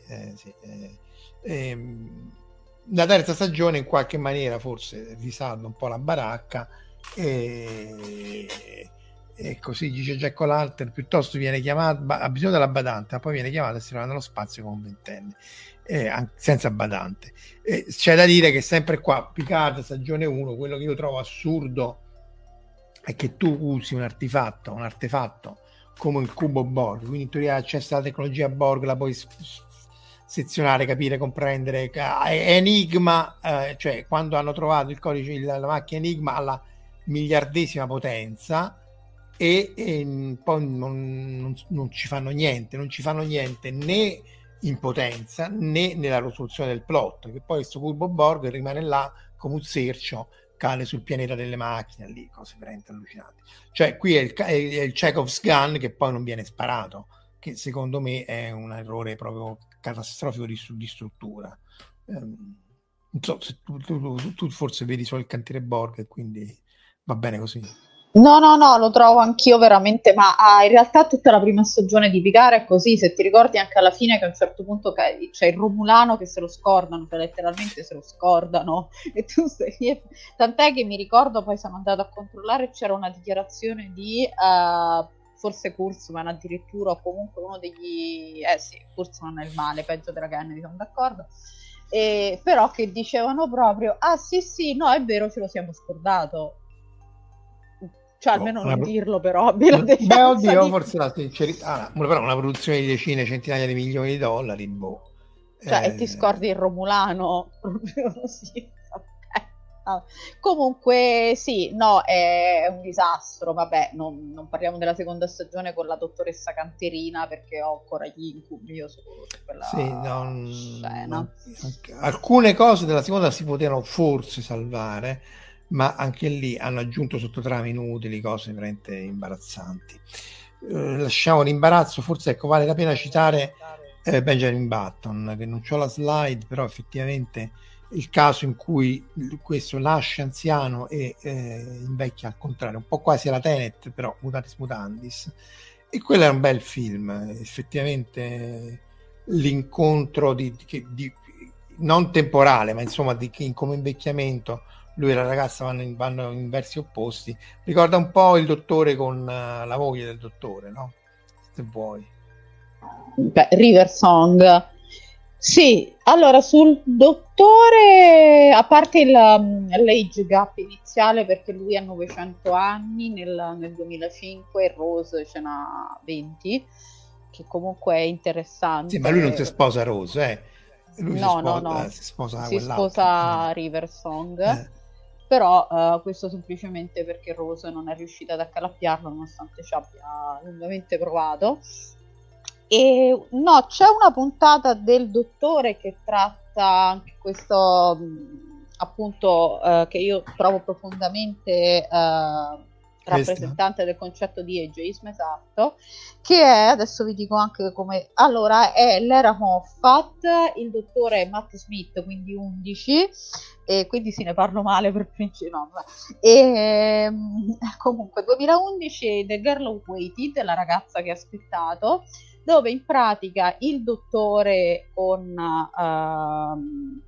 La terza stagione in qualche maniera forse risalva un po' la baracca e così dice Jack O'Lantern, piuttosto viene chiamato, ha bisogno della badante, ma poi viene chiamato e si va nello spazio con un ventenne, senza badante. C'è da dire che sempre qua Picard stagione 1, quello che io trovo assurdo è che tu usi un artefatto come il cubo Borg, quindi in teoria accesso alla tecnologia Borg, la puoi sezionare, capire, comprendere. Enigma, cioè quando hanno trovato il codice, la macchina Enigma alla miliardesima potenza e poi non ci fanno niente né in potenza né nella risoluzione del plot, che poi questo cubo Borg rimane là come un sercio, cade sul pianeta delle macchine, lì cose veramente allucinanti. Cioè qui è il Chekhov's gun che poi non viene sparato, che secondo me è un errore proprio catastrofico di struttura. Non so se tu forse vedi solo il cantiere Borg e quindi va bene così.
No, lo trovo anch'io veramente, ma in realtà tutta la prima stagione di Picard è così, se ti ricordi anche alla fine che a un certo punto c'è il Romulano che se lo scordano, cioè letteralmente se lo scordano, e tu stai... Tant'è che mi ricordo, poi sono andata a controllare, c'era una dichiarazione di... forse Kurtzman addirittura, o comunque uno degli... sì, Kurtzman è il male, peggio della Kennedy, sono d'accordo, però che dicevano proprio, sì, no, è vero, ce lo siamo scordato. Cioè almeno non dirlo, però
oddio, forse la sincerità, però una produzione di decine, centinaia di milioni di dollari,
cioè e ti scordi il Romulano proprio così. Comunque sì, no, è un disastro, vabbè, non parliamo della seconda stagione con la dottoressa Canterina perché ho ancora gli incubi io su quella scena.
Alcune cose della seconda si potevano forse salvare, ma anche lì hanno aggiunto sottotrame inutili, cose veramente imbarazzanti. Lasciamo l'imbarazzo, forse ecco vale la pena citare Benjamin Button, che non c'ho la slide, però effettivamente il caso in cui questo nasce anziano e invecchia al contrario, un po' quasi alla Tenet, però mutatis mutandis, e quello è un bel film, effettivamente l'incontro di non temporale, ma insomma come invecchiamento, lui e la ragazza vanno in versi opposti, ricorda un po' il dottore con la moglie del dottore, no? Se vuoi.
River Song. Sì, allora sul dottore, a parte l'age gap iniziale, perché lui ha 900 anni nel 2005 e Rose ce n'ha 20, che comunque è interessante.
Sì, ma lui non si sposa Rose, Lui
no.
si
sposa River Song. Però questo semplicemente perché Rose non è riuscita ad accalappiarlo nonostante ci abbia lungamente provato. E no, c'è una puntata del dottore che tratta anche questo appunto che io trovo profondamente rappresentante del concetto di ageism, esatto, che è, adesso vi dico anche come, allora è Lara Moffat, il dottore è Matt Smith, quindi 11, e quindi sì, ne parlo male per principio, no, e comunque 2011 The Girl Who Waited, la ragazza che ha aspettato, dove in pratica il dottore con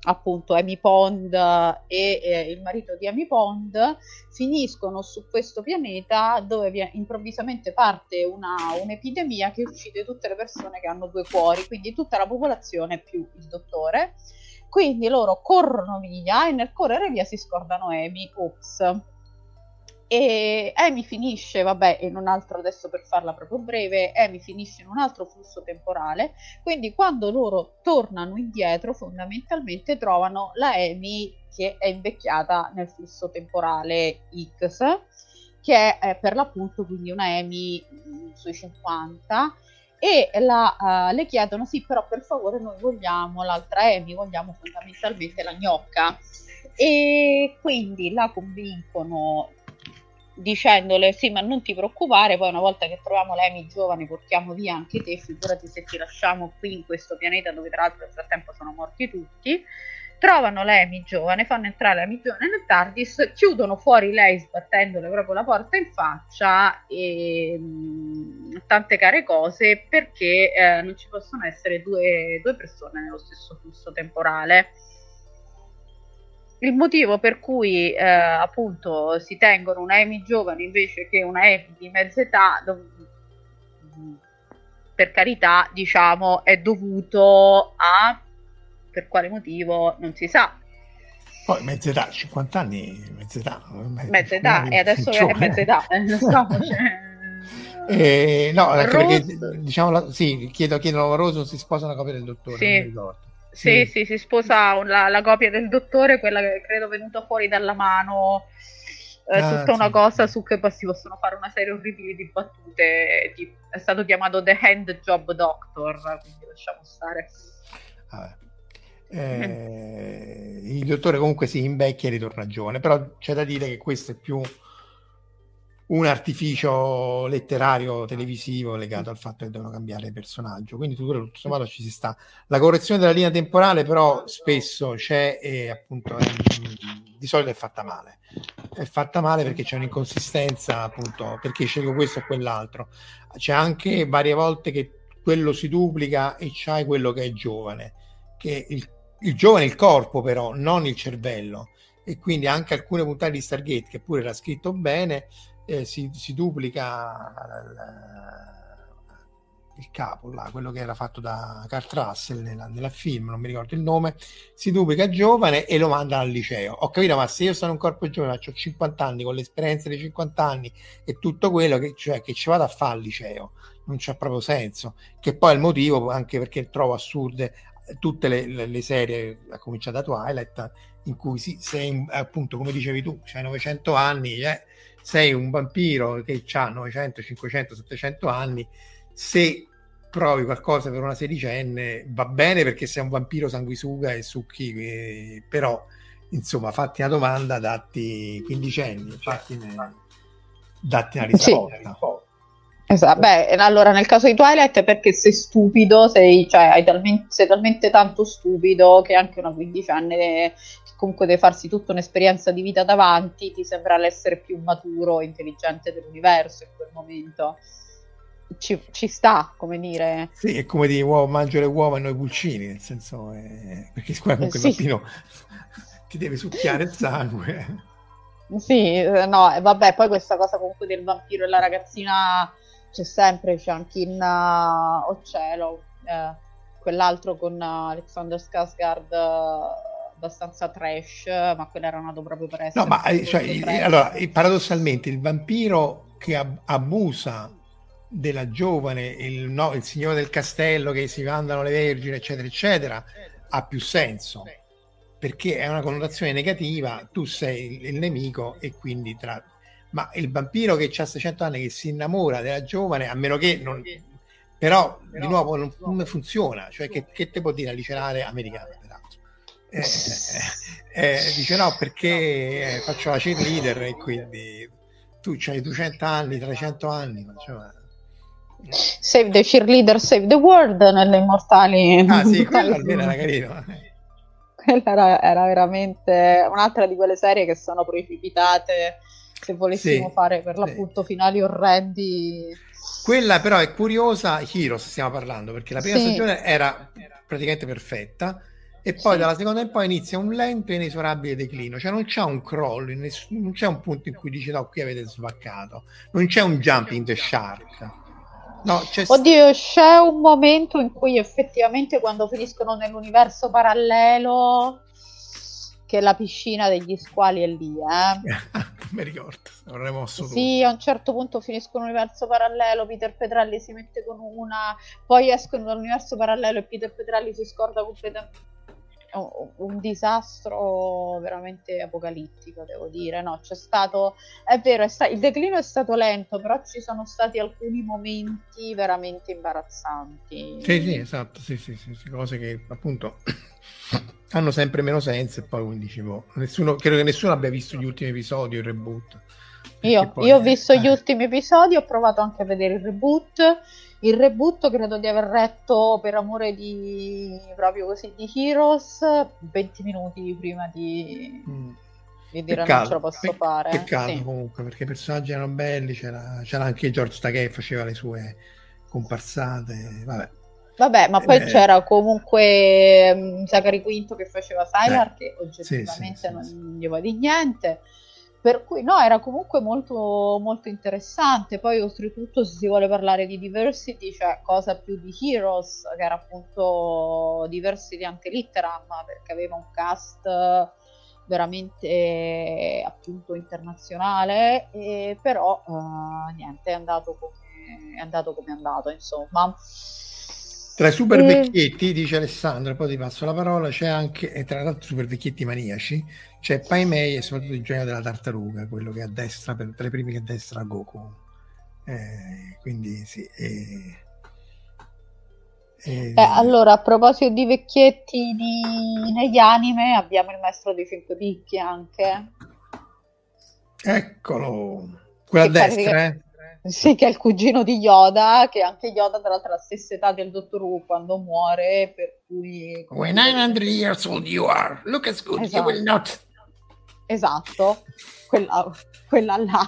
appunto Amy Pond e il marito di Amy Pond finiscono su questo pianeta dove improvvisamente parte un'epidemia che uccide tutte le persone che hanno due cuori, quindi tutta la popolazione più il dottore. Quindi loro corrono via e nel correre via si scordano Amy. Ops. E Amy finisce, vabbè, in un altro, adesso per farla proprio breve, Amy finisce in un altro flusso temporale, quindi quando loro tornano indietro fondamentalmente trovano la Amy che è invecchiata nel flusso temporale X, che è per l'appunto quindi una Amy sui 50, e le chiedono sì, però per favore noi vogliamo l'altra Amy, vogliamo fondamentalmente la gnocca, e quindi la convincono dicendole sì, ma non ti preoccupare, poi una volta che troviamo l'Amy giovane portiamo via anche te, figurati se ti lasciamo qui in questo pianeta dove tra l'altro nel frattempo sono morti tutti. Trovano l'Amy giovane, fanno entrare l'Amy giovane nel TARDIS, chiudono fuori lei sbattendole proprio la porta in faccia e tante care cose, perché non ci possono essere due persone nello stesso flusso temporale. Il motivo per cui appunto si tengono una Amy giovane invece che una Amy di mezza età, per carità, diciamo, è dovuto a, per quale motivo non si sa.
Poi mezza età, 50 anni, mezza età,
e adesso è mezza età,
no, anche perché diciamo, sì, chiedono a Rose non si sposa una copia del dottore,
sì.
Non mi ricordo.
Sì, si sposa la copia del dottore, quella che credo venuta fuori dalla mano, tutta una cosa su che poi si possono fare una serie orribili di battute, è stato chiamato The Hand Job Doctor, quindi lasciamo stare.
Il dottore comunque si invecchia e ritorna giovane, però c'è da dire che questo è più un artificio letterario televisivo legato al fatto che devono cambiare il personaggio, quindi tutto sommato ci si sta. La correzione della linea temporale però spesso c'è e appunto di solito è fatta male perché c'è un'inconsistenza, appunto perché scelgo questo o quell'altro. C'è anche varie volte che quello si duplica e c'hai quello che è giovane, che il giovane è il corpo però, non il cervello, e quindi anche alcune puntate di Stargate che pure era scritto bene, si duplica il capo là, quello che era fatto da Kurt Russell nella film, non mi ricordo il nome, si duplica giovane e lo manda al liceo. Ho capito, ma se io sono un corpo giovane, ho 50 anni, con l'esperienza dei 50 anni e tutto quello che ci vado a fare al liceo, non c'ha proprio senso, che poi è il motivo anche perché trovo assurde tutte le serie, a cominciare da Twilight, in cui sei appunto, come dicevi tu, c'hai 900 anni, sei un vampiro che ha 900, 500, 700 anni, se provi qualcosa per una sedicenne va bene perché sei un vampiro sanguisuga e succhi, però insomma fatti una domanda, datti 15 anni, datti una risposta. Sì.
Esatto. Beh, allora nel caso di Twilight perché sei stupido, sei talmente tanto stupido che anche una quindicenne che comunque deve farsi tutta un'esperienza di vita davanti, ti sembra l'essere più maturo e intelligente dell'universo in quel momento. Ci sta, come dire.
Sì, è come dire mangio le uova e noi pulcini, nel senso perché comunque il bambino ti deve succhiare il sangue.
Sì, no, vabbè, poi questa cosa comunque del vampiro e la ragazzina c'è anche in Oh cielo, quell'altro con Alexander Skarsgård, abbastanza trash, ma quello era nato proprio per essere.
No, ma allora, paradossalmente il vampiro che abusa della giovane, il signore del castello che si mandano le vergini, eccetera, eccetera, ha più senso, perché è una connotazione negativa, tu sei il nemico e quindi ma il vampiro che ha 600 anni che si innamora della giovane, a meno che non, però di nuovo non funziona, cioè che te può dire la liceale americana peraltro, dice no perché faccio la cheerleader e quindi tu c'hai 200 anni, 300 anni,
Save the cheerleader, save the world nelle Immortali.
Ah sì, quello almeno era carino.
Quella era veramente un'altra di quelle serie che sono precipitate, se volessimo fare per l'appunto finali orrendi.
Quella però è curiosa, Heroes stiamo parlando, perché la prima stagione era praticamente perfetta e poi
Sì.
dalla seconda in poi inizia un lento e inesorabile declino, cioè non c'è un crollo, non c'è un punto in cui dici no, qui avete svaccato, non c'è un jumping the shark. No,
Oddio, c'è un momento in cui effettivamente quando finiscono nell'universo parallelo, che la piscina degli squali è lì,
mi ricordo, avrei mosso tutto.
Sì, a un certo punto finiscono l'universo parallelo, Peter Petrelli si mette con una, poi escono dall'universo parallelo e Peter Petrelli si scorda completamente. Un disastro veramente apocalittico, devo dire. No, c'è stato, è vero, il declino è stato lento, però ci sono stati alcuni momenti veramente imbarazzanti.
Sì, esatto, sì, cose che appunto hanno sempre meno senso e poi quindi dicevo, credo che nessuno abbia visto gli ultimi episodi, il reboot.
Io ho visto gli ultimi episodi, ho provato anche a vedere il reboot. Il reboot credo di aver retto per amore di proprio così di Heroes 20 minuti prima di dire non ce la posso fare.
Peccato
sì.
Comunque, perché i personaggi erano belli, c'era anche George Takei che faceva le sue comparsate,
Vabbè, ma poi c'era comunque Zachary Quinto che faceva Sylar, che oggettivamente non gli va di niente. Per cui no, era comunque molto, molto interessante. Poi oltretutto se si vuole parlare di Diversity, cioè cosa più di Heroes, che era appunto Diversity ante litteram, perché aveva un cast veramente appunto internazionale, però niente, è andato come è andato, insomma.
Tra i super vecchietti, dice Alessandro, poi ti passo la parola, c'è anche, e tra l'altro super vecchietti maniaci, c'è Pai Mei e soprattutto il genio della tartaruga, quello che a destra, tra i primi che a destra Goku. Quindi sì.
Allora, a proposito di vecchietti negli anime, abbiamo il maestro dei cinque picchi anche.
Eccolo, quello a destra,
Sì, che è il cugino di Yoda, che anche Yoda tra l'altro ha la stessa età del Dottor Who quando muore, per cui...
When 900 years old you are, look as good, you will not.
Esatto, quella là.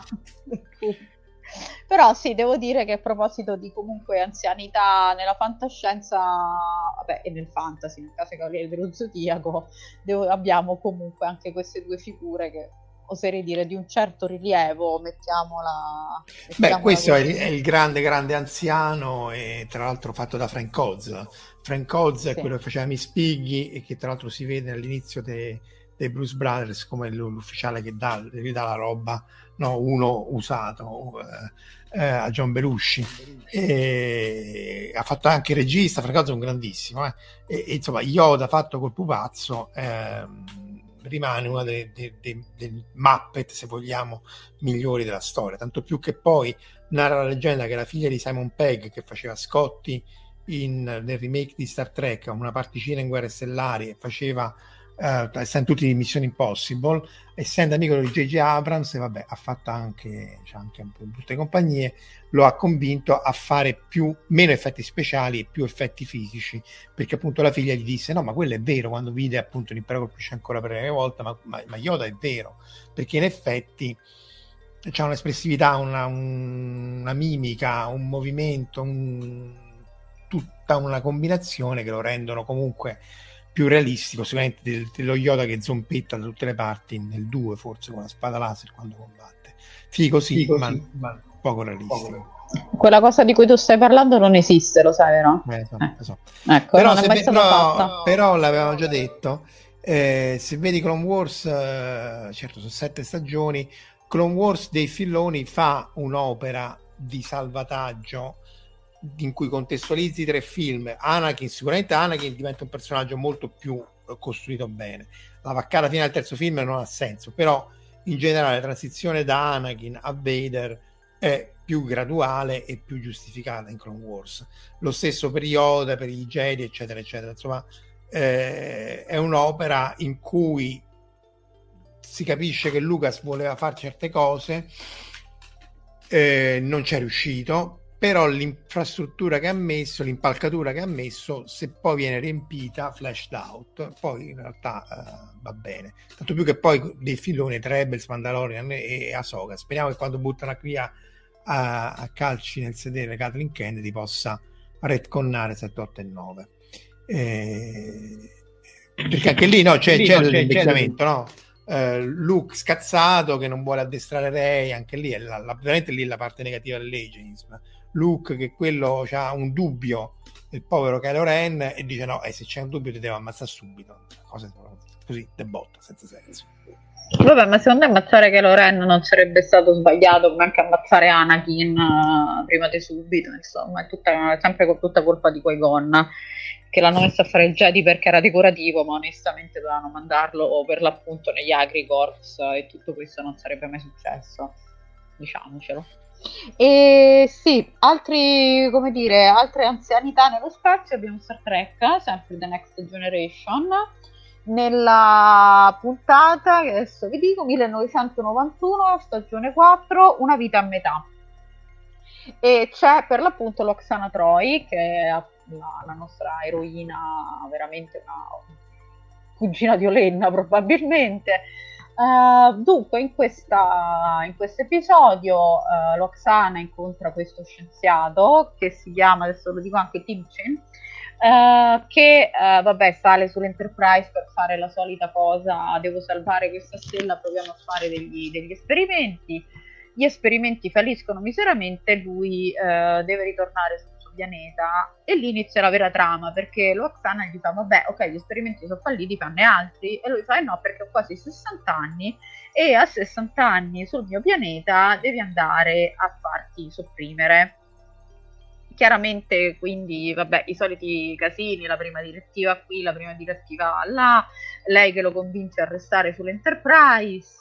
Però sì, devo dire che a proposito di comunque anzianità nella fantascienza, vabbè, e nel fantasy, nel caso dei Cavalieri dello Zodiaco, abbiamo comunque anche queste due figure che oserei dire di un certo rilievo, mettiamola
questo
così.
è il grande anziano, e tra l'altro fatto da Frank Oz. Frank Oz è quello che faceva Miss Piggy e che tra l'altro si vede all'inizio dei Blues Brothers come l'ufficiale che gli dà la roba, no, uno usato, a John Belushi, e ha fatto anche il regista. Frank Oz è un grandissimo, e insomma Yoda fatto col pupazzo rimane una dei Muppet, se vogliamo, migliori della storia, tanto più che poi narra la leggenda che la figlia di Simon Pegg, che faceva Scotty nel remake di Star Trek, una particina in Guerre Stellari, e faceva essendo tutti di Mission Impossible, essendo amico di J.J. Abrams, ha fatto anche un po' brutte compagnie, lo ha convinto a fare meno effetti speciali e più effetti fisici, perché appunto la figlia gli disse no, ma quello è vero, quando vide appunto l'Impero colpisce ancora per la prima volta, ma Yoda è vero, perché in effetti c'è un'espressività, una mimica, un movimento, tutta una combinazione che lo rendono comunque più realistico sicuramente dello Yoda che zompetta da tutte le parti nel 2, forse con la spada laser quando combatte. Figo sì, ma poco realistico.
Quella cosa di cui tu stai parlando non esiste, lo sai, no?
So.
Ecco, però, non è mai stata fatta.
Però l'avevamo già detto, se vedi Clone Wars, certo sono 7 stagioni, Clone Wars dei Filoni fa un'opera di salvataggio in cui contestualizzi 3 film. Sicuramente Anakin diventa un personaggio molto più costruito bene, la vaccata fino al terzo film non ha senso, però in generale la transizione da Anakin a Vader è più graduale e più giustificata in Clone Wars. Lo stesso per Yoda, per i Jedi, eccetera eccetera. Insomma, è un'opera in cui si capisce che Lucas voleva fare certe cose, non c'è riuscito, però l'infrastruttura che ha messo, l'impalcatura che ha messo, se poi viene riempita, fleshed out, poi in realtà va bene. Tanto più che poi dei filoni tra Rebels, Mandalorian e Ahsoka, speriamo che quando buttano via a calci nel sedere Kathleen Kennedy possa retconnare 7, 8 e 9. Perché anche lì no, c'è l'invecchiamento, no? Luke scazzato che non vuole addestrare Rey, anche lì è veramente lì la parte negativa dell'ageism. Luke che quello ha un dubbio del povero Kylo Ren e dice no, se c'è un dubbio ti devo ammazzare subito, cose così de botta, senza senso.
Vabbè, ma secondo me ammazzare Kylo Ren non sarebbe stato sbagliato, come anche ammazzare Anakin prima di subito, insomma, è sempre tutta colpa di Qui-Gon, che l'hanno messo a fare il Jedi perché era decorativo, ma onestamente dovevano mandarlo per l'appunto negli Agri Corps e tutto questo non sarebbe mai successo, diciamocelo. E sì, altre anzianità nello spazio. Abbiamo Star Trek, sempre The Next Generation, nella puntata che adesso vi dico, 1991, stagione 4, Una vita a metà, e c'è per l'appunto Lwaxana Troi, che è la nostra eroina, veramente una cugina di Olenna probabilmente. Dunque in questo episodio Lwaxana incontra questo scienziato che si chiama, adesso lo dico anche, Tim Chin, che sale sull'Enterprise per fare la solita cosa: devo salvare questa stella, proviamo a fare degli esperimenti. Gli esperimenti falliscono miseramente, lui deve ritornare sul suo pianeta e lì inizia la vera trama, perché Lwaxana gli fa vabbè, ok, gli esperimenti sono falliti, fanne altri, e lui fa no, perché ho quasi 60 anni e a 60 anni sul mio pianeta devi andare a farti sopprimere. Chiaramente, quindi, vabbè, i soliti casini, la prima direttiva qui, la prima direttiva là, lei che lo convince a restare sull'Enterprise,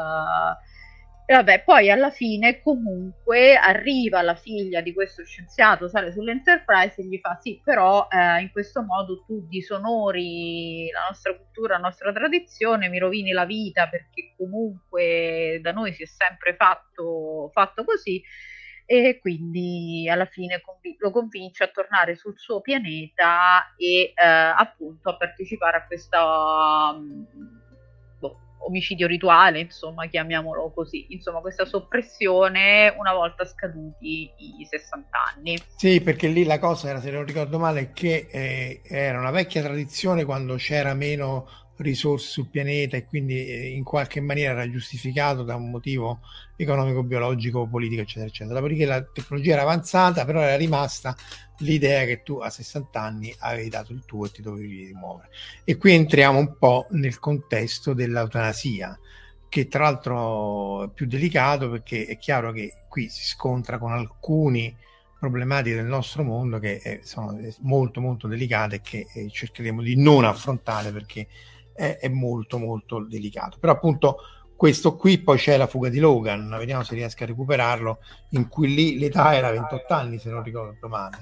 e vabbè, poi alla fine comunque arriva la figlia di questo scienziato, sale sull'Enterprise e gli fa sì, però in questo modo tu disonori la nostra cultura, la nostra tradizione, mi rovini la vita, perché comunque da noi si è sempre fatto così. E quindi alla fine lo convince a tornare sul suo pianeta e appunto a partecipare a questa omicidio rituale, insomma, chiamiamolo così, insomma, questa soppressione una volta scaduti i 60 anni.
Sì, perché lì la cosa era, se non ricordo male, che era una vecchia tradizione quando c'era meno risorse sul pianeta e quindi in qualche maniera era giustificato da un motivo economico, biologico, politico, eccetera, eccetera. Dopodiché la tecnologia era avanzata, però era rimasta l'idea che tu a 60 anni avevi dato il tuo e ti dovevi rimuovere. E qui entriamo un po' nel contesto dell'eutanasia, che tra l'altro è più delicato, perché è chiaro che qui si scontra con alcuni problematiche del nostro mondo che sono molto molto delicate e che cercheremo di non affrontare perché è molto molto delicato. Però appunto questo qui, poi c'è La fuga di Logan, vediamo se riesco a recuperarlo, in cui lì l'età era 28 anni, se non ricordo male.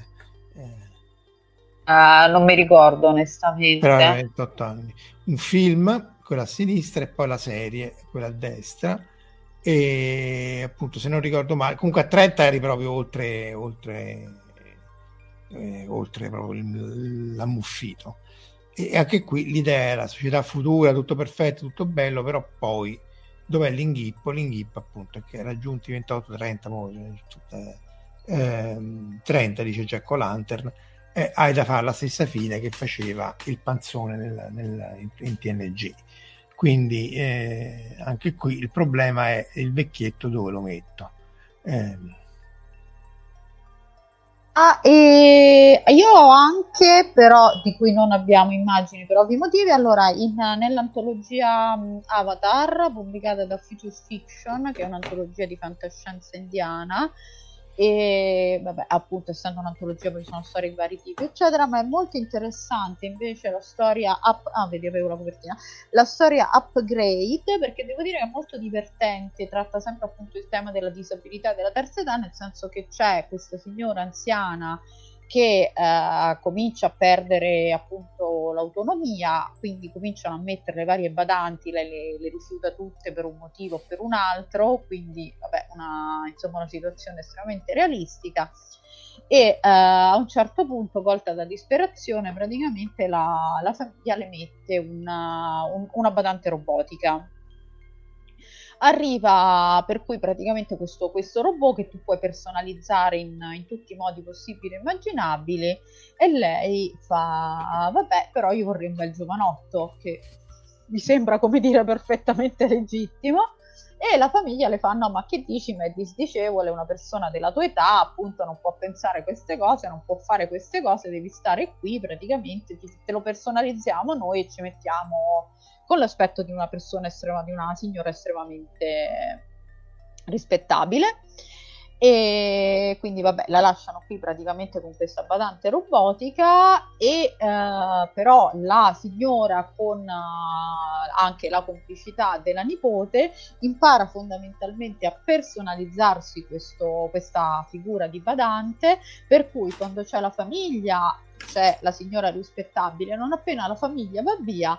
Non mi ricordo onestamente.
Però era 28 anni. Un film, quella a sinistra, e poi la serie, quella a destra, e appunto, se non ricordo male, comunque a 30 eri proprio oltre proprio l'ammuffito. E anche qui l'idea era società futura, tutto perfetto, tutto bello, però poi dov'è l'inghippo? L'inghippo appunto è che raggiunti 28-30 30 dice Jack O'Lantern, hai da fare la stessa fine che faceva il panzone in TNG. Quindi anche qui il problema è il vecchietto dove lo metto.
Io ho anche, però di cui non abbiamo immagini per ovvi motivi, allora nell'antologia Avatar pubblicata da Future Fiction, che è un'antologia di fantascienza indiana, e vabbè, appunto, essendo un'antologia poi sono storie di vari tipi eccetera, ma è molto interessante invece la storia vedi, avevo la copertina, la storia Upgrade, perché devo dire che è molto divertente, tratta sempre appunto il tema della disabilità della terza età, nel senso che c'è questa signora anziana che comincia a perdere appunto l'autonomia, quindi cominciano a mettere le varie badanti, lei le rifiuta tutte per un motivo o per un altro, quindi vabbè, una situazione estremamente realistica, e a un certo punto, colta da disperazione, praticamente la famiglia le mette una badante robotica. Arriva per cui praticamente questo robot che tu puoi personalizzare in tutti i modi possibili e immaginabili, e lei fa vabbè, però io vorrei un bel giovanotto, che mi sembra, come dire, perfettamente legittimo. E la famiglia le fa no, ma che dici, ma è disdicevole, una persona della tua età appunto non può pensare queste cose, non può fare queste cose, devi stare qui, praticamente te lo personalizziamo noi e ci mettiamo con l'aspetto di una persona di una signora estremamente rispettabile. E quindi vabbè, la lasciano qui praticamente con questa badante robotica, e però la signora, con anche la complicità della nipote, impara fondamentalmente a personalizzarsi questa figura di badante, per cui quando c'è la famiglia c'è la signora rispettabile, non appena la famiglia va via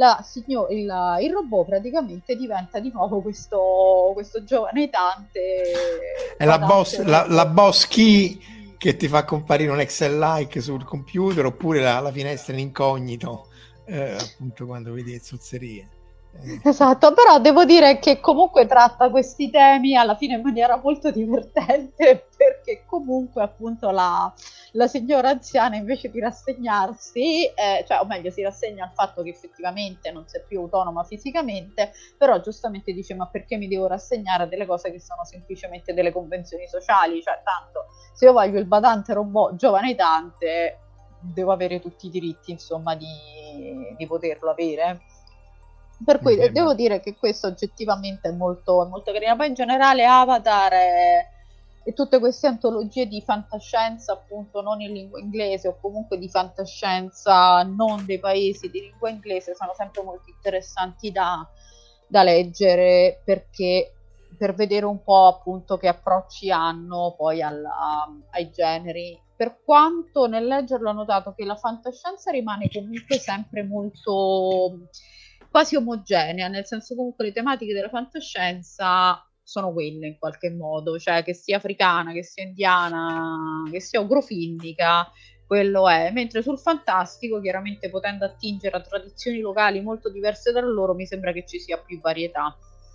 il robot praticamente diventa di nuovo questo giovane Dante.
È la boss key che ti fa comparire un Excel-like sul computer, oppure la finestra in incognito, appunto quando vedi le zozzerie.
Esatto, però devo dire che comunque tratta questi temi alla fine in maniera molto divertente, perché comunque appunto la signora anziana, invece di rassegnarsi, o meglio si rassegna al fatto che effettivamente non sei più autonoma fisicamente, però giustamente dice ma perché mi devo rassegnare a delle cose che sono semplicemente delle convenzioni sociali, cioè tanto se io voglio il badante robot giovane Dante devo avere tutti i diritti insomma di poterlo avere. Per cui devo dire che questo oggettivamente è molto, molto carino. Poi in generale Avatar e tutte queste antologie di fantascienza appunto non in lingua inglese, o comunque di fantascienza non dei paesi di lingua inglese, sono sempre molto interessanti da leggere, perché per vedere un po' appunto che approcci hanno poi ai generi. Per quanto nel leggerlo ho notato che la fantascienza rimane comunque sempre molto quasi omogenea, nel senso comunque le tematiche della fantascienza sono quelle in qualche modo, cioè che sia africana, che sia indiana, che sia ugrofinnica, quello è. Mentre sul fantastico, chiaramente potendo attingere a tradizioni locali molto diverse da loro, mi sembra che ci sia più varietà.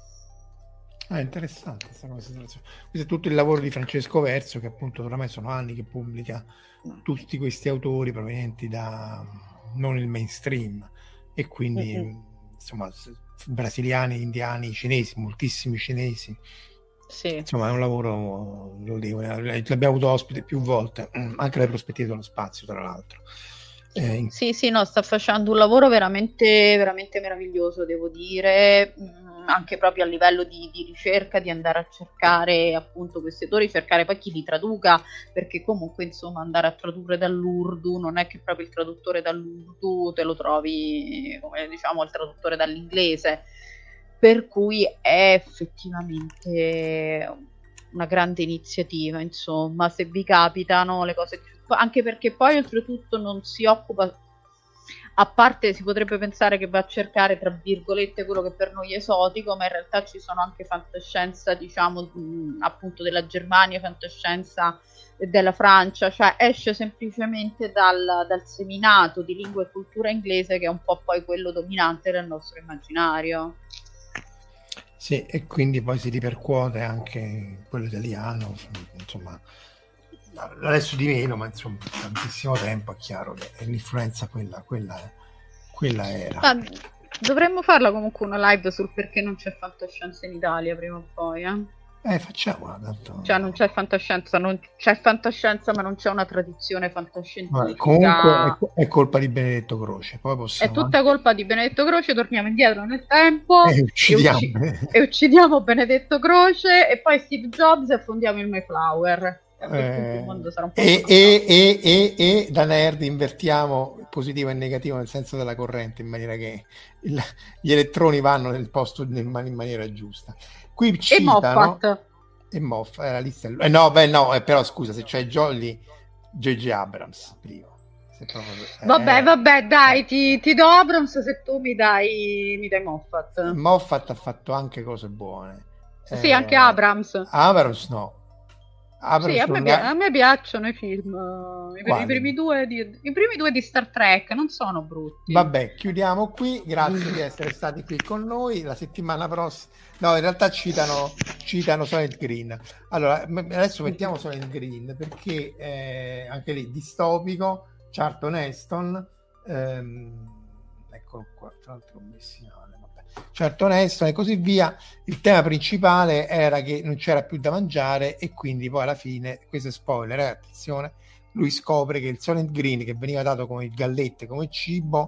È interessante questa cosa. Questo è tutto il lavoro di Francesco Verso, che appunto oramai sono anni che pubblica tutti questi autori provenienti da non il mainstream, e quindi insomma brasiliani, indiani, cinesi, moltissimi cinesi.
Sì.
Insomma è un lavoro lodevole, l'abbiamo avuto ospite più volte, anche le prospettive dello spazio tra l'altro.
Sì, no, sta facendo un lavoro veramente, veramente meraviglioso, devo dire, anche proprio a livello di ricerca, di andare a cercare appunto questi autori, cercare poi chi li traduca, perché comunque insomma andare a tradurre dall'Urdu non è che proprio il traduttore dall'Urdu te lo trovi come diciamo il traduttore dall'inglese, per cui è effettivamente una grande iniziativa, insomma, se vi capitano le cose, anche perché poi oltretutto non si occupa, a parte si potrebbe pensare che va a cercare tra virgolette quello che per noi è esotico, ma in realtà ci sono anche fantascienza diciamo appunto della Germania, fantascienza della Francia, cioè esce semplicemente dal seminato di lingua e cultura inglese, che è un po' poi quello dominante del nostro immaginario.
Sì, e quindi poi si ripercuote anche quello italiano, insomma, adesso di meno, ma insomma, tantissimo tempo è chiaro che l'influenza quella era.
Dovremmo farla comunque una live sul perché non c'è fantascienza in Italia prima o poi,
facciamola, tanto.
Cioè non c'è fantascienza, ma non c'è una tradizione fantascientifica.
Comunque è colpa di Benedetto Croce. Poi
è tutta colpa di Benedetto Croce, torniamo indietro nel tempo
e
uccidiamo Benedetto Croce e poi Steve Jobs e fondiamo il Mayflower. Il mondo sarà un po'
e da nerd invertiamo positivo e negativo nel senso della corrente, in maniera che gli elettroni vanno nel posto in maniera giusta. Qui citano e Moffat la lista però scusa, se c'è Jolly, J.J. Abrams prima.
Vabbè, dai, ti do Abrams se tu mi dai Moffat.
Moffat ha fatto anche cose buone.
Sì, anche Abrams
no.
Sì, a me piacciono i film. I primi due di Star Trek non sono brutti.
Vabbè, chiudiamo qui. Grazie di essere stati qui con noi. La settimana prossima, no, in realtà citano Silent Green. Allora, adesso mettiamo Silent Green perché anche lì distopico. Charlton Heston, eccolo qua, tra l'altro Charlton Heston e così via. Il tema principale era che non c'era più da mangiare e quindi poi alla fine, questo è spoiler, attenzione, lui scopre che il Silent Green che veniva dato come gallette, come cibo,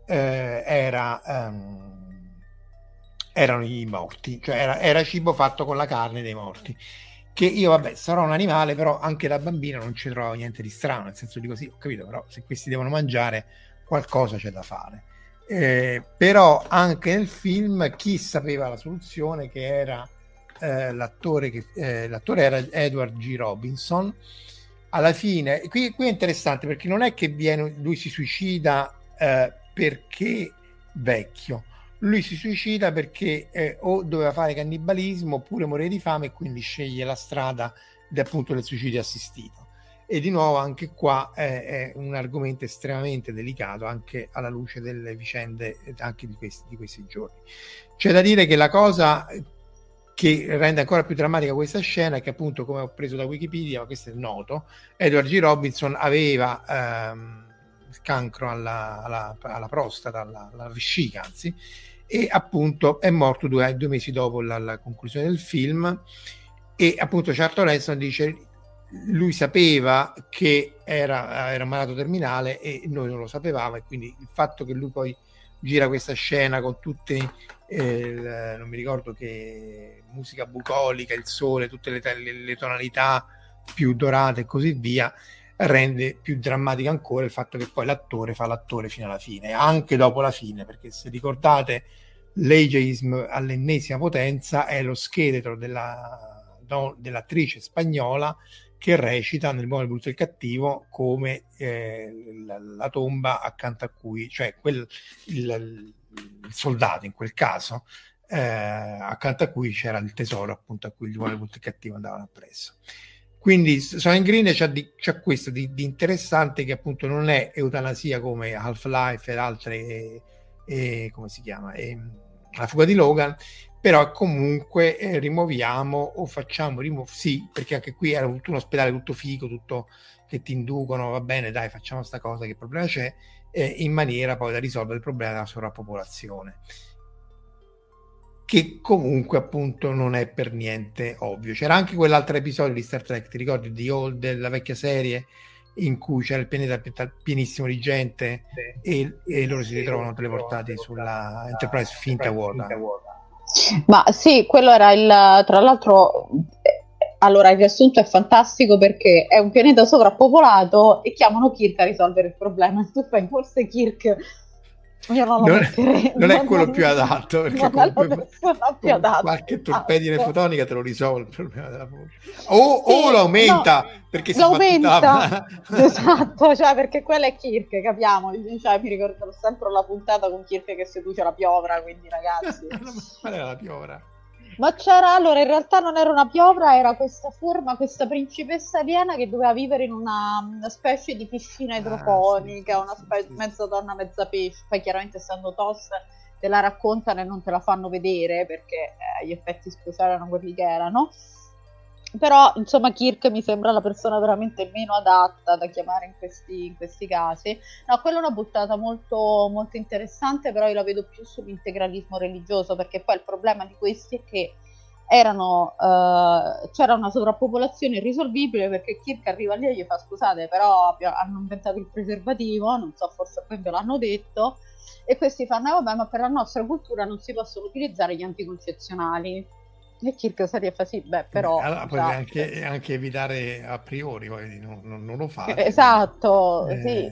erano i morti, cioè era cibo fatto con la carne dei morti. Che io, vabbè, sarò un animale, però anche da bambino non ci trovo niente di strano, nel senso dico sì, ho capito, però se questi devono mangiare qualcosa c'è da fare. Però anche nel film chi sapeva la soluzione, che era l'attore era Edward G. Robinson. Alla fine qui è interessante perché non è che lui si suicida perché vecchio, lui si suicida perché o doveva fare cannibalismo oppure morire di fame e quindi sceglie la strada appunto del suicidio assistito. E di nuovo anche qua è un argomento estremamente delicato anche alla luce delle vicende anche di questi giorni. C'è da dire che la cosa che rende ancora più drammatica questa scena è che appunto, come ho preso da Wikipedia, ma questo è noto, Edward G. Robinson aveva cancro alla prostata, alla vescica anzi, e appunto è morto due mesi dopo la conclusione del film. E appunto Charlton Heston dice lui sapeva che era malato terminale e noi non lo sapevamo, e quindi il fatto che lui poi gira questa scena con tutte non mi ricordo che musica bucolica, il sole, tutte le tonalità più dorate e così via, rende più drammatica ancora il fatto che poi l'attore fa l'attore fino alla fine, anche dopo la fine, perché se ricordate l'ageism all'ennesima potenza è lo scheletro dell'attrice spagnola che recita nel buono, il brutto e il cattivo come la tomba accanto a cui, cioè il soldato in quel caso accanto a cui c'era il tesoro appunto a cui il buono, il brutto e il cattivo andavano appresso. Quindi Silent Green c'ha questo di interessante, che appunto non è eutanasia come Half-Life ed altre come si chiama, La fuga di Logan, però comunque rimuoviamo o facciamo sì, perché anche qui era tutto un ospedale tutto figo, tutto che ti inducono, va bene dai facciamo sta cosa, che problema c'è, in maniera poi da risolvere il problema della sovrappopolazione, che comunque appunto non è per niente ovvio. C'era anche quell'altro episodio di Star Trek, ti ricordi, di Old, della vecchia serie, in cui c'era il pianeta pienissimo di gente e loro si ritrovano teleportati sulla Enterprise finta vuota.
Ma sì, quello era tra l'altro, allora il riassunto è fantastico perché è un pianeta sovrappopolato e chiamano Kirk a risolvere il problema e tu fai forse Kirk
non è quello più adatto, perché
più adatto.
Qualche torpedine fotonica te lo risolve il problema della o lo aumenta, perché si
aumenta esatto, cioè perché quella è Kirk, capiamo, cioè, mi ricordo sempre la puntata con Kirk che seduce la piovra, quindi ragazzi
qual era la piovra?
Ma c'era, allora in realtà non era una piovra, era questa forma, questa principessa aliena che doveva vivere in una specie di piscina idroponica, mezza donna, mezza pesce. Poi chiaramente essendo TOS te la raccontano e non te la fanno vedere perché gli effetti speciali erano quelli che erano. Però insomma Kirk mi sembra la persona veramente meno adatta da chiamare in questi casi. No, quella è una buttata molto, molto interessante, però io la vedo più sull'integralismo religioso, perché poi il problema di questi è che c'era una sovrappopolazione irrisolvibile, perché Kirk arriva lì e gli fa scusate però hanno inventato il preservativo, non so, forse poi ve l'hanno detto, e questi fanno vabbè, ma per la nostra cultura non si possono utilizzare gli anticoncezionali. E Kirk sa fa sì, beh, però
allora, puoi anche evitare a priori, non lo fate.
Esatto, sì.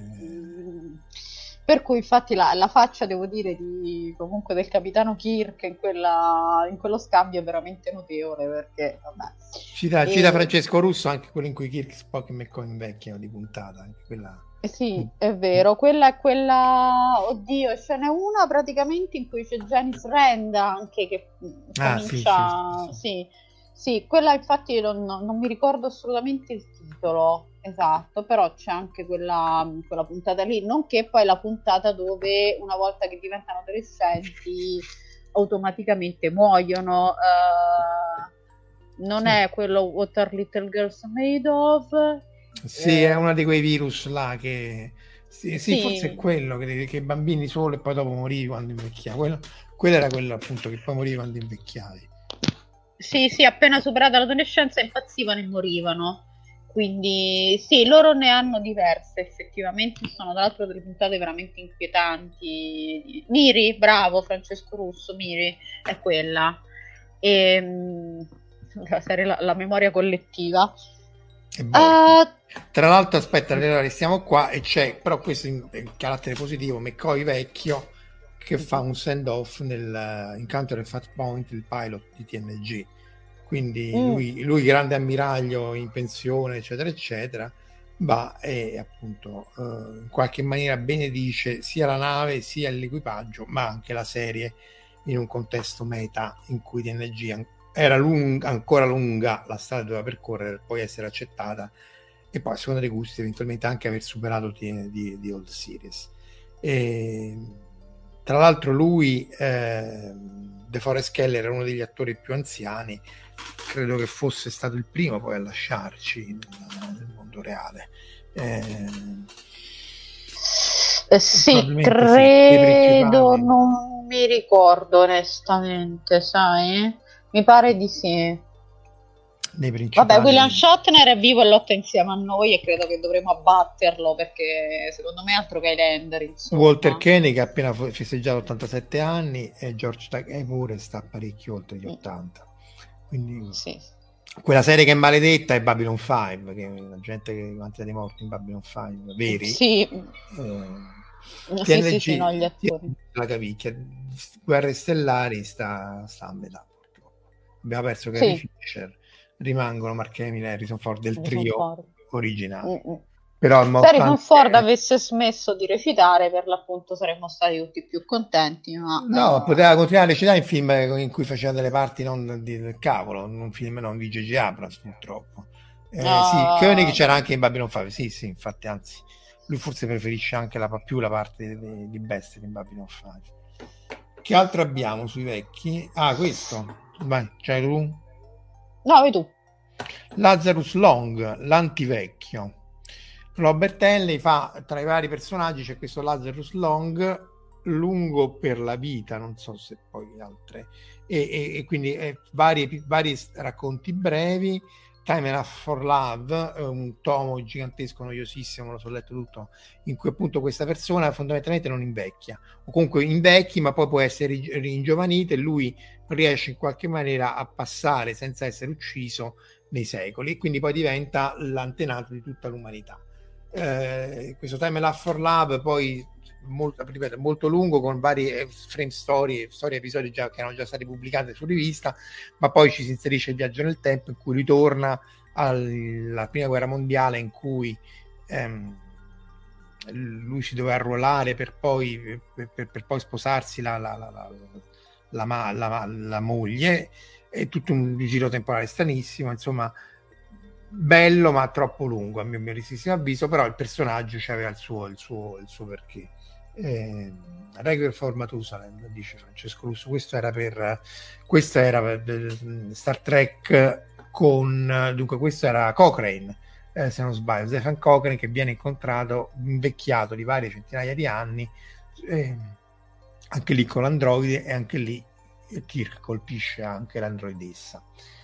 Per cui infatti la faccia, devo dire, comunque del capitano Kirk in quello scambio è veramente notevole, perché vabbè.
Cita Francesco Russo, anche quello in cui Kirk, Spock e McCoy invecchiano di puntata, anche quella.
Sì, è vero, quella è quella, oddio, ce n'è una praticamente in cui c'è Janice Rand anche che comincia, sì, Sì, quella infatti non mi ricordo assolutamente il titolo esatto, però c'è anche quella puntata lì, nonché poi la puntata dove una volta che diventano adolescenti automaticamente muoiono. Non
Sì.
è quello What Are Little Girls Made Of?
Sì, è uno di quei virus là che... Sì,
Sì.
forse è quello che bambini solo e poi dopo morivi quando invecchiavi. Quello era quello appunto che poi morivi quando invecchiavi.
Sì, appena superata l'adolescenza impazzivano e morivano. Quindi sì, loro ne hanno diverse effettivamente, sono tra l'altro delle puntate veramente inquietanti. Miri, bravo Francesco Russo, Miri è quella. La serie la memoria collettiva.
Tra l'altro, aspetta, allora restiamo qua e c'è, però questo in carattere positivo, McCoy vecchio che fa un send-off nel Encounter at Fat Point, il pilot di TNG. Quindi lui grande ammiraglio in pensione, eccetera, eccetera, va e appunto in qualche maniera benedice sia la nave sia l'equipaggio, ma anche la serie in un contesto meta in cui TNG era ancora lunga la strada doveva percorrere per poi essere accettata e poi secondo dei gusti eventualmente anche aver superato di Old Series. E, tra l'altro lui DeForest Keller era uno degli attori più anziani, credo che fosse stato il primo poi a lasciarci nel mondo reale.
Sì, credo, non mi ricordo onestamente, sai? Mi pare di sì. Vabbè, William Shatner è vivo e lotta insieme a noi e credo che dovremo abbatterlo perché secondo me è altro che Highlander, insomma.
Walter Koenig che ha appena festeggiato 87 anni e George Takei pure sta parecchio oltre gli 80. Quindi
sì.
Quella serie che è maledetta è Babylon 5, che la gente che quanti dei morti in Babylon 5 veri.
Sì.
TNG,
sì, no, gli attori.
La cavicchia, Guerre Stellari sta a metà. Abbiamo perso Carrie Fisher, rimangono Mark Hamill e Harrison Ford del trio originale. Però
se Harrison Ford avesse smesso di recitare, per l'appunto saremmo stati tutti più contenti, ma
no, poteva continuare a recitare in film in cui faceva delle parti non del cavolo, un film non di J.J. Abrams purtroppo. Sì, Koenig c'era anche in Babylon 5, sì, infatti, anzi lui forse preferisce anche più la parte di Bester in Babylon 5. Che altro abbiamo sui vecchi? Questo, vai, c'hai tu?
No, vai tu.
Lazarus Long, l'antivecchio. Robert Henley fa tra i vari personaggi c'è questo Lazarus Long, lungo per la vita, non so se poi altre, e quindi vari racconti brevi. Time Enough for Love, un tomo gigantesco, noiosissimo, lo so letto tutto, in cui appunto questa persona fondamentalmente non invecchia, o comunque invecchi ma poi può essere ringiovanita e lui riesce in qualche maniera a passare senza essere ucciso nei secoli e quindi poi diventa l'antenato di tutta l'umanità. Questo Time Enough for Love poi molto lungo con varie frame storie, episodi che erano già stati pubblicati su rivista, ma poi ci si inserisce il viaggio nel tempo in cui ritorna alla prima guerra mondiale in cui lui si doveva arruolare per poi sposarsi la moglie, è tutto un giro temporale stranissimo, insomma bello ma troppo lungo a mio modestissimo avviso, però il personaggio aveva il suo perché. Requiem for Matusalem, dice Francesco Russo, questo era per Star Trek con dunque questo era Cochrane, se non sbaglio, Stephen Cochrane, che viene incontrato invecchiato di varie centinaia di anni, anche lì con l'androide, e anche lì Kirk colpisce anche l'androidessa.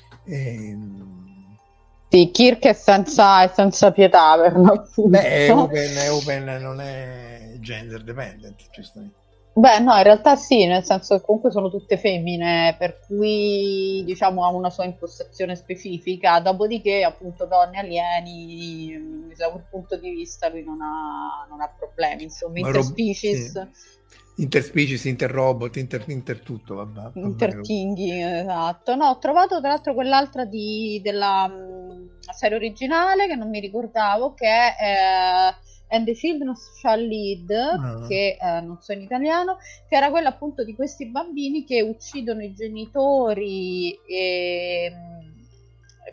Sì, Kirk è senza pietà per l'appunto.
Beh, è open, non è gender dependent, giustamente.
Beh, no, in realtà sì, nel senso che comunque sono tutte femmine, per cui diciamo ha una sua impostazione specifica, dopodiché appunto donne, alieni, da quel punto di vista lui non ha problemi, insomma, interspecies.
Sì. Interspecies, interrobot, intertutto, vabbè.
Interkinging, esatto. No, ho trovato tra l'altro quell'altra della serie originale che non mi ricordavo, che è And the Children Shall Lead, che non so in italiano, che era quella appunto di questi bambini che uccidono i genitori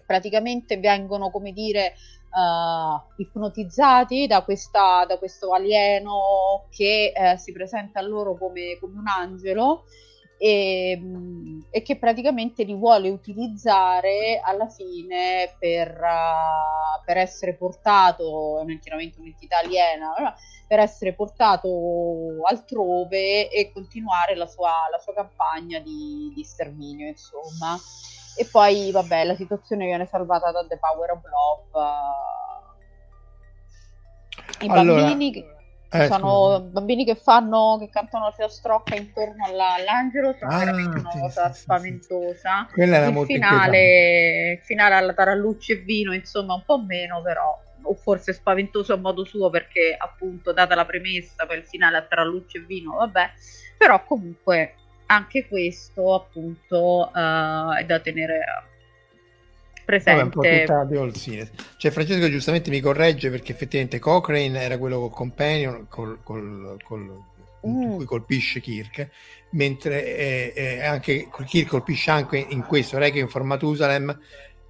praticamente vengono, come dire, ipnotizzati da questo alieno che si presenta a loro come un angelo e che praticamente li vuole utilizzare alla fine per essere portato, è chiaramente un'entità aliena, per essere portato altrove e continuare la sua campagna di sterminio, insomma. E poi, vabbè, la situazione viene salvata da The Power of Love. I bambini sono bambini che cantano la filastrocca intorno all'angelo, sono veramente una cosa spaventosa.
Quella era
il
molto
finale alla tarallucci e vino, insomma, un po' meno, però, o forse spaventoso a modo suo, perché appunto, data la premessa, poi il finale a tarallucci e vino, vabbè, però comunque anche questo appunto è da tenere presente.
Vabbè, un po' cioè, Francesco giustamente mi corregge, perché effettivamente Cochrane era quello col companion in cui colpisce Kirk, mentre anche Kirk colpisce anche in questo Requiem for Matusalem,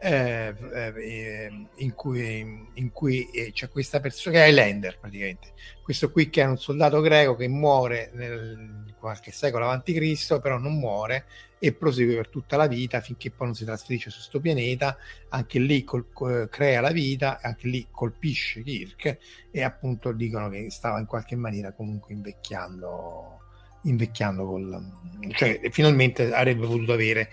in cui c'è questa persona che è Highlander, praticamente questo qui, che è un soldato greco che muore qualche secolo avanti Cristo, però non muore e prosegue per tutta la vita finché poi non si trasferisce su questo pianeta. Anche lì crea la vita, anche lì colpisce Kirk, e appunto dicono che stava in qualche maniera comunque invecchiando cioè finalmente avrebbe potuto avere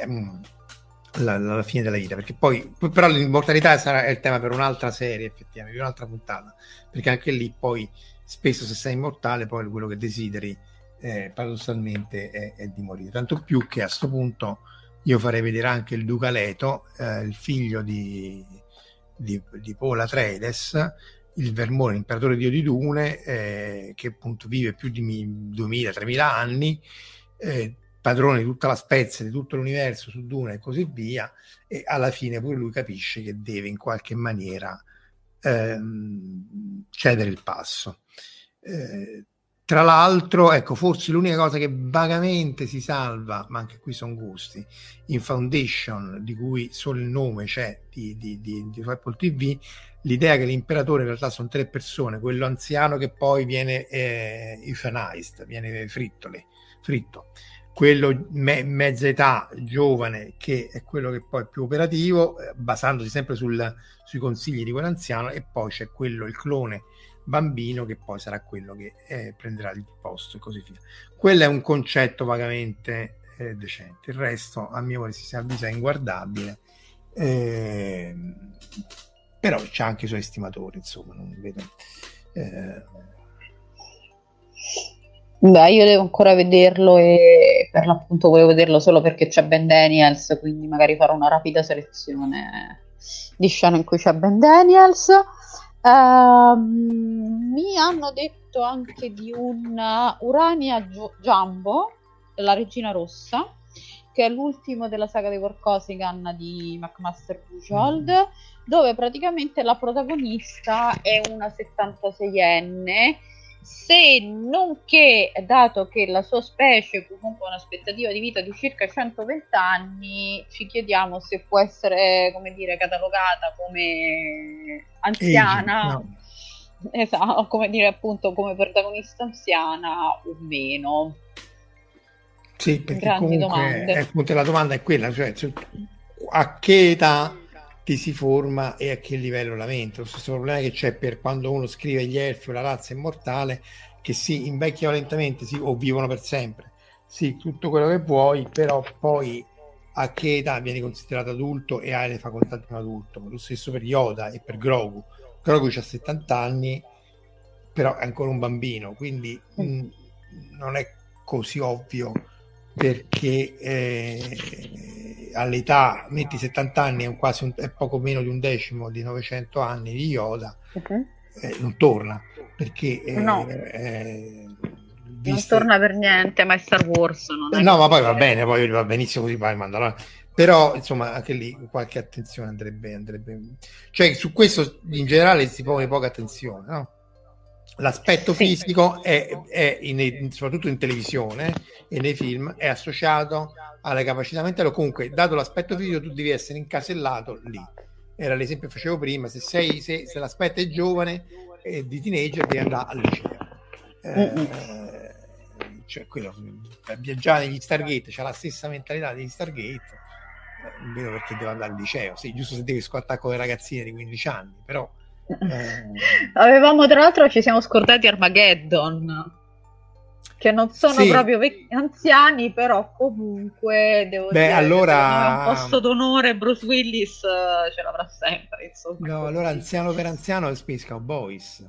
la fine della vita, perché poi però l'immortalità è il tema per un'altra serie, effettivamente, per un'altra puntata, perché anche lì poi spesso, se sei immortale, poi quello che desideri paradossalmente è di morire, tanto più che a sto punto io farei vedere anche il Duca Leto, il figlio di Paul Atreides, il Vermone, l'imperatore dio di Dune, che appunto vive più di 2000-3000 anni, padrone di tutta la Spezia, di tutto l'universo su Dune e così via, e alla fine pure lui capisce che deve in qualche maniera cedere il passo. Tra l'altro, ecco, forse l'unica cosa che vagamente si salva, ma anche qui sono gusti, in Foundation, di cui solo il nome c'è di Apple TV, l'idea che l'imperatore in realtà sono 3 persone, quello anziano che poi viene euthanized, viene fritto, quello mezza età giovane, che è quello che poi è più operativo, basandosi sempre sui consigli di quell'anziano, e poi c'è quello, il clone bambino, che poi sarà quello che prenderà il posto e così via. Quello è un concetto vagamente decente, il resto a mio parere si avvisa inguardabile, però c'è anche i suoi estimatori, insomma, non vedo
Beh, io devo ancora vederlo, e per l'appunto volevo vederlo solo perché c'è Ben Daniels, quindi magari farò una rapida selezione di scene in cui c'è Ben Daniels. Mi hanno detto anche di un Urania Jumbo, la regina rossa, che è l'ultimo della saga dei Vorkosigan di McMaster Bujold, dove praticamente la protagonista è una 76enne, se non che, dato che la sua specie comunque ha un'aspettativa di vita di circa 120 anni, ci chiediamo se può essere, come dire, catalogata come anziana,
no.
Esatto, come dire, appunto, come protagonista anziana o meno.
Sì, perché
grandi
comunque
domande.
Appunto, la domanda è quella, cioè a che età ti si forma e a che livello la mente. Lo stesso problema che c'è per quando uno scrive gli elfi o la razza immortale, che si invecchiano lentamente, sì, o vivono per sempre, sì, tutto quello che vuoi, però poi a che età vieni considerato adulto e hai le facoltà di un adulto. Lo stesso per Yoda e per Grogu ha 70 anni, però è ancora un bambino, quindi non è così ovvio, perché all'età, metti 70 anni, è poco meno di un decimo di 900 anni di Yoda, non torna, perché
No. Non
visto...
torna per niente, ma è Star Wars, non è
no,
che
ma poi
succede.
va bene, poi va benissimo così, poi mandalo. Però insomma anche lì qualche attenzione andrebbe, cioè su questo in generale si pone poca attenzione, no? L'aspetto fisico soprattutto in televisione e nei film è associato alla capacità mentale, o comunque dato l'aspetto fisico tu devi essere incasellato lì. Era l'esempio che facevo prima: se l'aspetto è giovane di teenager devi andare al liceo, cioè quello, per viaggiare negli Stargate c'ha la stessa mentalità degli Stargate, non vedo perché deve andare al liceo. Sì, giusto se devi squattare con le ragazzine di 15 anni, però
avevamo, tra l'altro ci siamo scordati Armageddon, che non sono proprio anziani, però comunque devo dire
allora
un posto d'onore Bruce Willis ce l'avrà sempre, insomma.
No, allora anziano per anziano è Space Cowboys.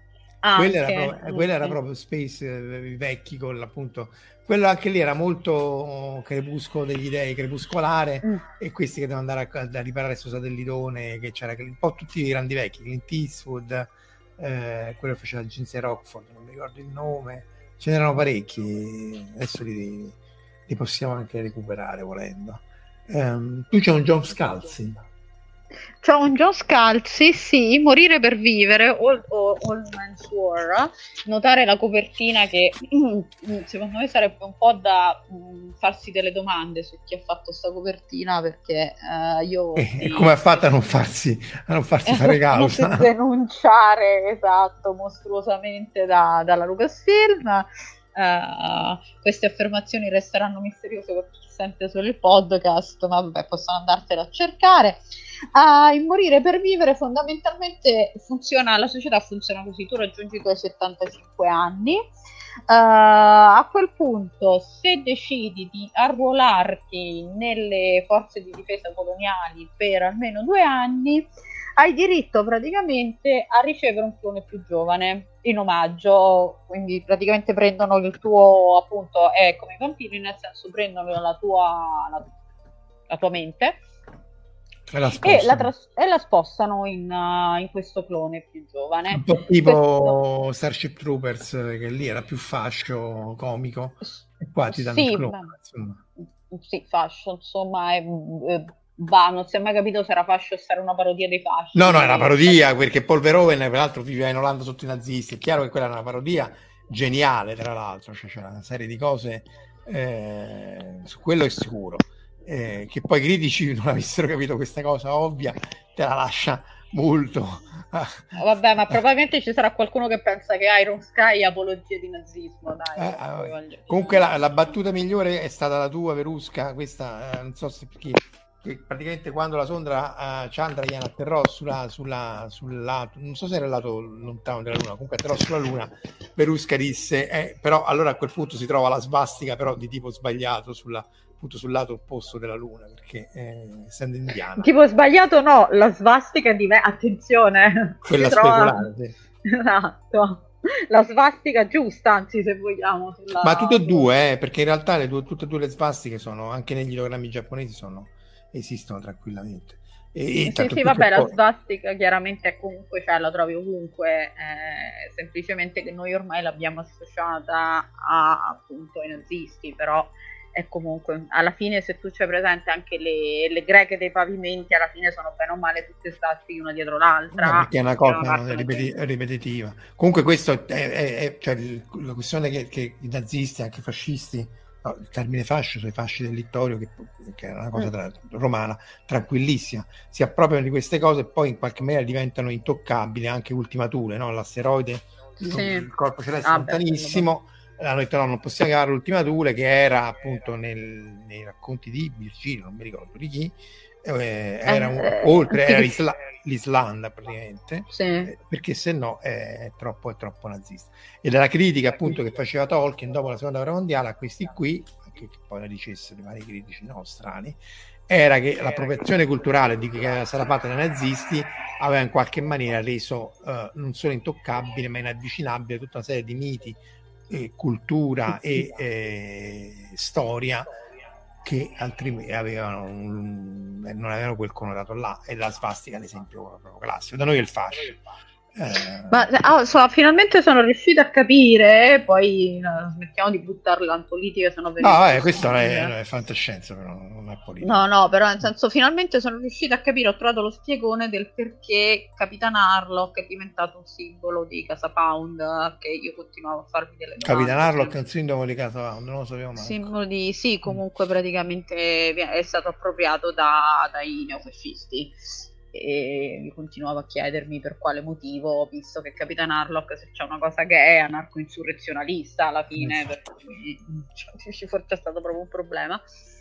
Quella era proprio Space vecchi, con appunto quello, anche lì era molto Crepuscolo degli dei, crepuscolare, e questi che devono andare a riparare questo satellitone, che c'era un po' tutti i grandi vecchi, Clint Eastwood, quello che faceva Lindsay Rockford, non mi ricordo il nome, ce n'erano parecchi, adesso li possiamo anche recuperare volendo. Tu c'è un John Scalzi.
C'è un John Scalzi, sì, Morire per vivere, Old Man's War. Notare la copertina, che secondo me sarebbe un po' da farsi delle domande su chi ha fatto sta copertina, perché io
come ha fatto a non farsi fare causa,
denunciare, esatto, mostruosamente dalla Lucasfilm. Queste affermazioni resteranno misteriose per chi sente solo il podcast, ma vabbè, possono andartela a cercare. In Morire per vivere fondamentalmente la società funziona così: tu raggiungi i tuoi 75 anni, a quel punto, se decidi di arruolarti nelle forze di difesa coloniali per almeno 2 anni, hai diritto praticamente a ricevere un clone più giovane in omaggio. Quindi praticamente prendono il tuo, appunto, è come i vampiri, nel senso prendono la tua mente e la spostano in questo clone più giovane,
un po' tipo Starship Troopers, che lì era più fascio comico, e qua ti danno il clone,
sì, fascio, insomma, non si è mai capito se era fascio o se era una parodia dei fasci.
No, è una parodia, perché Paul Verhoeven peraltro viveva in Olanda sotto i nazisti. È chiaro che quella era una parodia geniale, tra l'altro, cioè c'era una serie di cose, su quello è sicuro, che poi i critici non avessero capito questa cosa ovvia te la lascia molto.
Vabbè, ma probabilmente ci sarà qualcuno che pensa che Iron Sky è apologia di nazismo, dai.
Comunque la battuta migliore è stata la tua, Verusca, questa non so se perché, che praticamente quando la sonda Chandrayaan atterrò sul lato, non so se era il lato lontano della Luna, comunque atterrò sulla Luna, Verusca disse però allora a quel punto si trova la svastica, però di tipo sbagliato, appunto sul lato opposto della Luna, perché essendo indiana.
Tipo sbagliato no, la svastica attenzione,
quella speculare, sì.
Esatto. La svastica giusta, anzi, se vogliamo,
ma tutte e due, perché in realtà tutte e due le svastiche sono, anche negli ideogrammi giapponesi, esistono tranquillamente.
Sì, vabbè, la svastica chiaramente è comunque, cioè, la trovi ovunque, semplicemente che noi ormai l'abbiamo associata appunto ai nazisti, però è comunque, alla fine, se tu c'hai presente anche le greche dei pavimenti, alla fine sono bene o male tutte svastiche una dietro l'altra,
perché è una cosa ripetitiva. Comunque questo è cioè, la questione che i nazisti, anche i fascisti, il termine fascio, sono i fasci del Littorio, che è una cosa romana tranquillissima, si appropriano di queste cose e poi in qualche maniera diventano intoccabili, anche Ultima Thule, no? L'asteroide, il corpo celeste lontanissimo, hanno detto no, non possiamo chiamare Ultima Thule, che era appunto nei racconti di Virgilio, non mi ricordo di chi, era l'Islanda praticamente, perché se no è troppo nazista. E dalla critica appunto che faceva Tolkien dopo la seconda guerra mondiale a questi qui, che poi la dicessero i vari critici strani, era che l'appropriazione culturale che era stata fatta dai nazisti aveva in qualche maniera reso non solo intoccabile ma inavvicinabile tutta una serie di miti, cultura e storia che altrimenti non avevano quel connotato là. E la svastica, ad esempio, proprio classico. Da noi è il fascio,
Finalmente sono riuscita a capire, poi smettiamo di buttarla in politica, sono
no, questo non è fantascienza, però non è politica.
No, però nel senso, finalmente sono riuscita a capire, ho trovato lo spiegone del perché Capitan Harlock è diventato un simbolo di Casa Pound, che io continuavo a farmi delle domande.
Capitan Harlock è un simbolo di Casa Pound, non lo sapevo mai.
Simbolo di, sì, comunque praticamente è stato appropriato dai neofascisti. E mi continuavo a chiedermi per quale motivo, visto che Capitan Harlock, se c'è una cosa che è anarco-insurrezionalista alla fine, per cui forse è stato proprio un problema.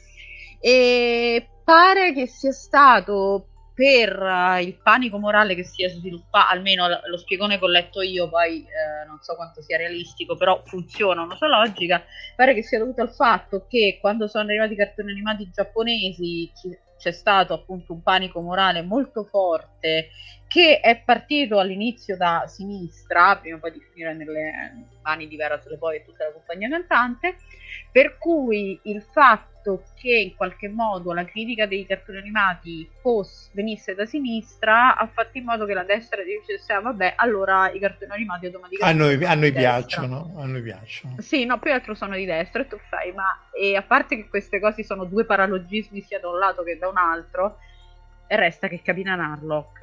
E pare che sia stato per il panico morale che si è sviluppato, almeno lo spiegone che ho letto io, poi non so quanto sia realistico, però funziona una sua logica, pare che sia dovuto al fatto che quando sono arrivati i cartoni animati giapponesi c'è stato appunto un panico morale molto forte che è partito all'inizio da sinistra, prima poi di finire nelle mani di Vera Solepoi e tutta la compagnia cantante, per cui il fatto che in qualche modo la critica dei cartoni animati venisse da sinistra ha fatto in modo che la destra dicesse vabbè, allora i cartoni animati automaticamente
a noi piacciono.
Sì, no, più altro sono di destra e tu fai, e a parte che queste cose sono due paralogismi sia da un lato che da un altro, resta che Capitan Harlock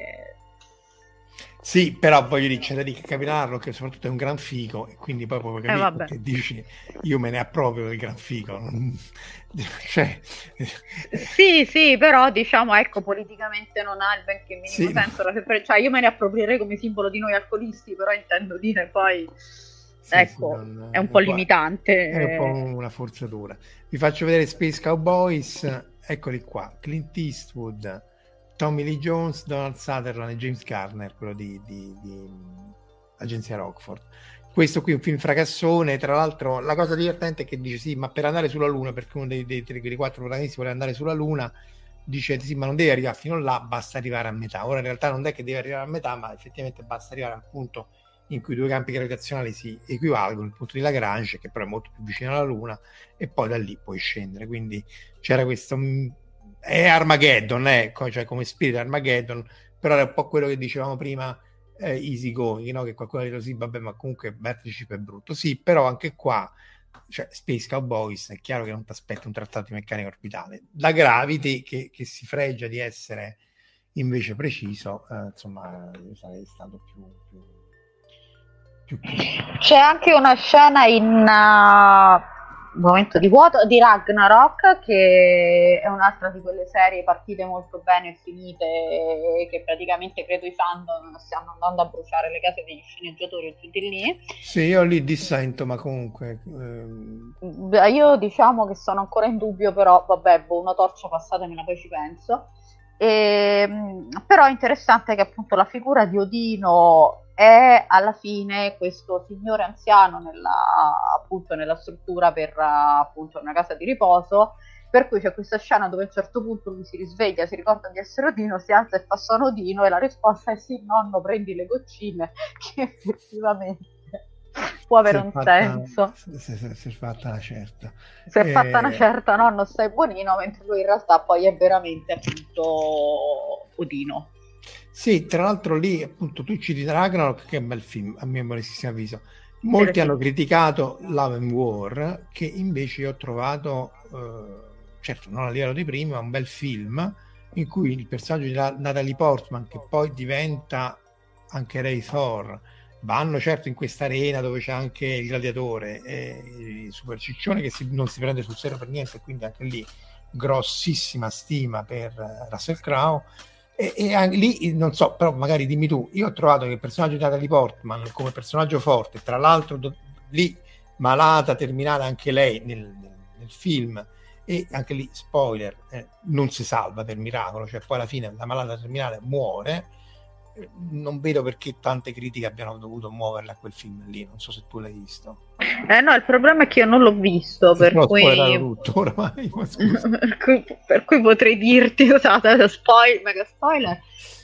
sì, però voglio dire, c'è da dire che Capitan Harlock soprattutto è un gran figo, e quindi poi proprio capire che dici io me ne approprio del gran figo. Cioè...
Sì, però diciamo, ecco, politicamente non ha il benché minimo senso. Cioè io me ne approprierei come simbolo di noi alcolisti, però intendo dire poi... ecco, è un po' limitante.
È un po' una forzatura. Vi faccio vedere Space Cowboys, eccoli qua, Clint Eastwood, Tommy Lee Jones, Donald Sutherland e James Garner, quello di Agenzia Rockford. Questo qui è un film fracassone, tra l'altro la cosa divertente è che dice sì, ma per andare sulla Luna, perché uno dei quattro protagonisti vuole andare sulla Luna, dice sì, ma non deve arrivare fino là, basta arrivare a metà. Ora in realtà non è che deve arrivare a metà, ma effettivamente basta arrivare al punto in cui i due campi gravitazionali si equivalgono, il punto di Lagrange, che però è molto più vicino alla Luna, e poi da lì puoi scendere. Quindi c'era questo... è Armageddon, cioè come spirito Armageddon, però è un po' quello che dicevamo prima, easy going, no? Che qualcuno ha detto sì, vabbè, ma comunque Battleship è brutto. Sì, però anche qua, cioè Space Cowboys, è chiaro che non ti aspetti un trattato di meccanica orbitale. La Gravity, che si fregia di essere invece preciso, insomma, io sarei stato più
C'è anche una scena in momento di vuoto di Ragnarok, che è un'altra di quelle serie partite molto bene e finite, che praticamente credo i fan stanno andando a bruciare le case degli sceneggiatori e tutti lì.
Sì, io lì dissento, ma comunque
io diciamo che sono ancora in dubbio, però vabbè, una torcia passatemela, poi ci penso. Però è interessante che appunto la figura di Odino è alla fine questo signore anziano nella struttura per appunto una casa di riposo, per cui c'è questa scena dove a un certo punto lui si risveglia, si ricorda di essere Odino, si alza e fa sono Odino, e la risposta è sì nonno, prendi le goccine, che effettivamente può avere un senso.
Si è fatta una certa.
Si è fatta una certa, nonno stai buonino, mentre lui in realtà poi è veramente appunto Odino.
Sì, tra l'altro lì appunto tu citi Ragnarok, che è un bel film, a mio buonissimo avviso. Molti hanno criticato Love and War, che invece io ho trovato, certo non a livello di prima, ma un bel film in cui il personaggio di Natalie Portman, che poi diventa anche Ray Thor, vanno certo in questa arena dove c'è anche il gladiatore e il super ciccione che non si prende sul serio per niente, quindi anche lì grossissima stima per Russell Crowe. E anche lì non so, però magari dimmi tu, io ho trovato che il personaggio di Natalie Portman come personaggio forte, tra l'altro lì malata, terminale anche lei nel film, e anche lì spoiler, non si salva per miracolo, cioè poi alla fine la malata terminale muore. Non vedo perché tante critiche abbiano dovuto muoverla a quel film lì, non so se tu l'hai visto.
No, il problema è che io non l'ho visto, per cui...
tutto oramai,
per cui potrei dirti, scusate, mega spoiler,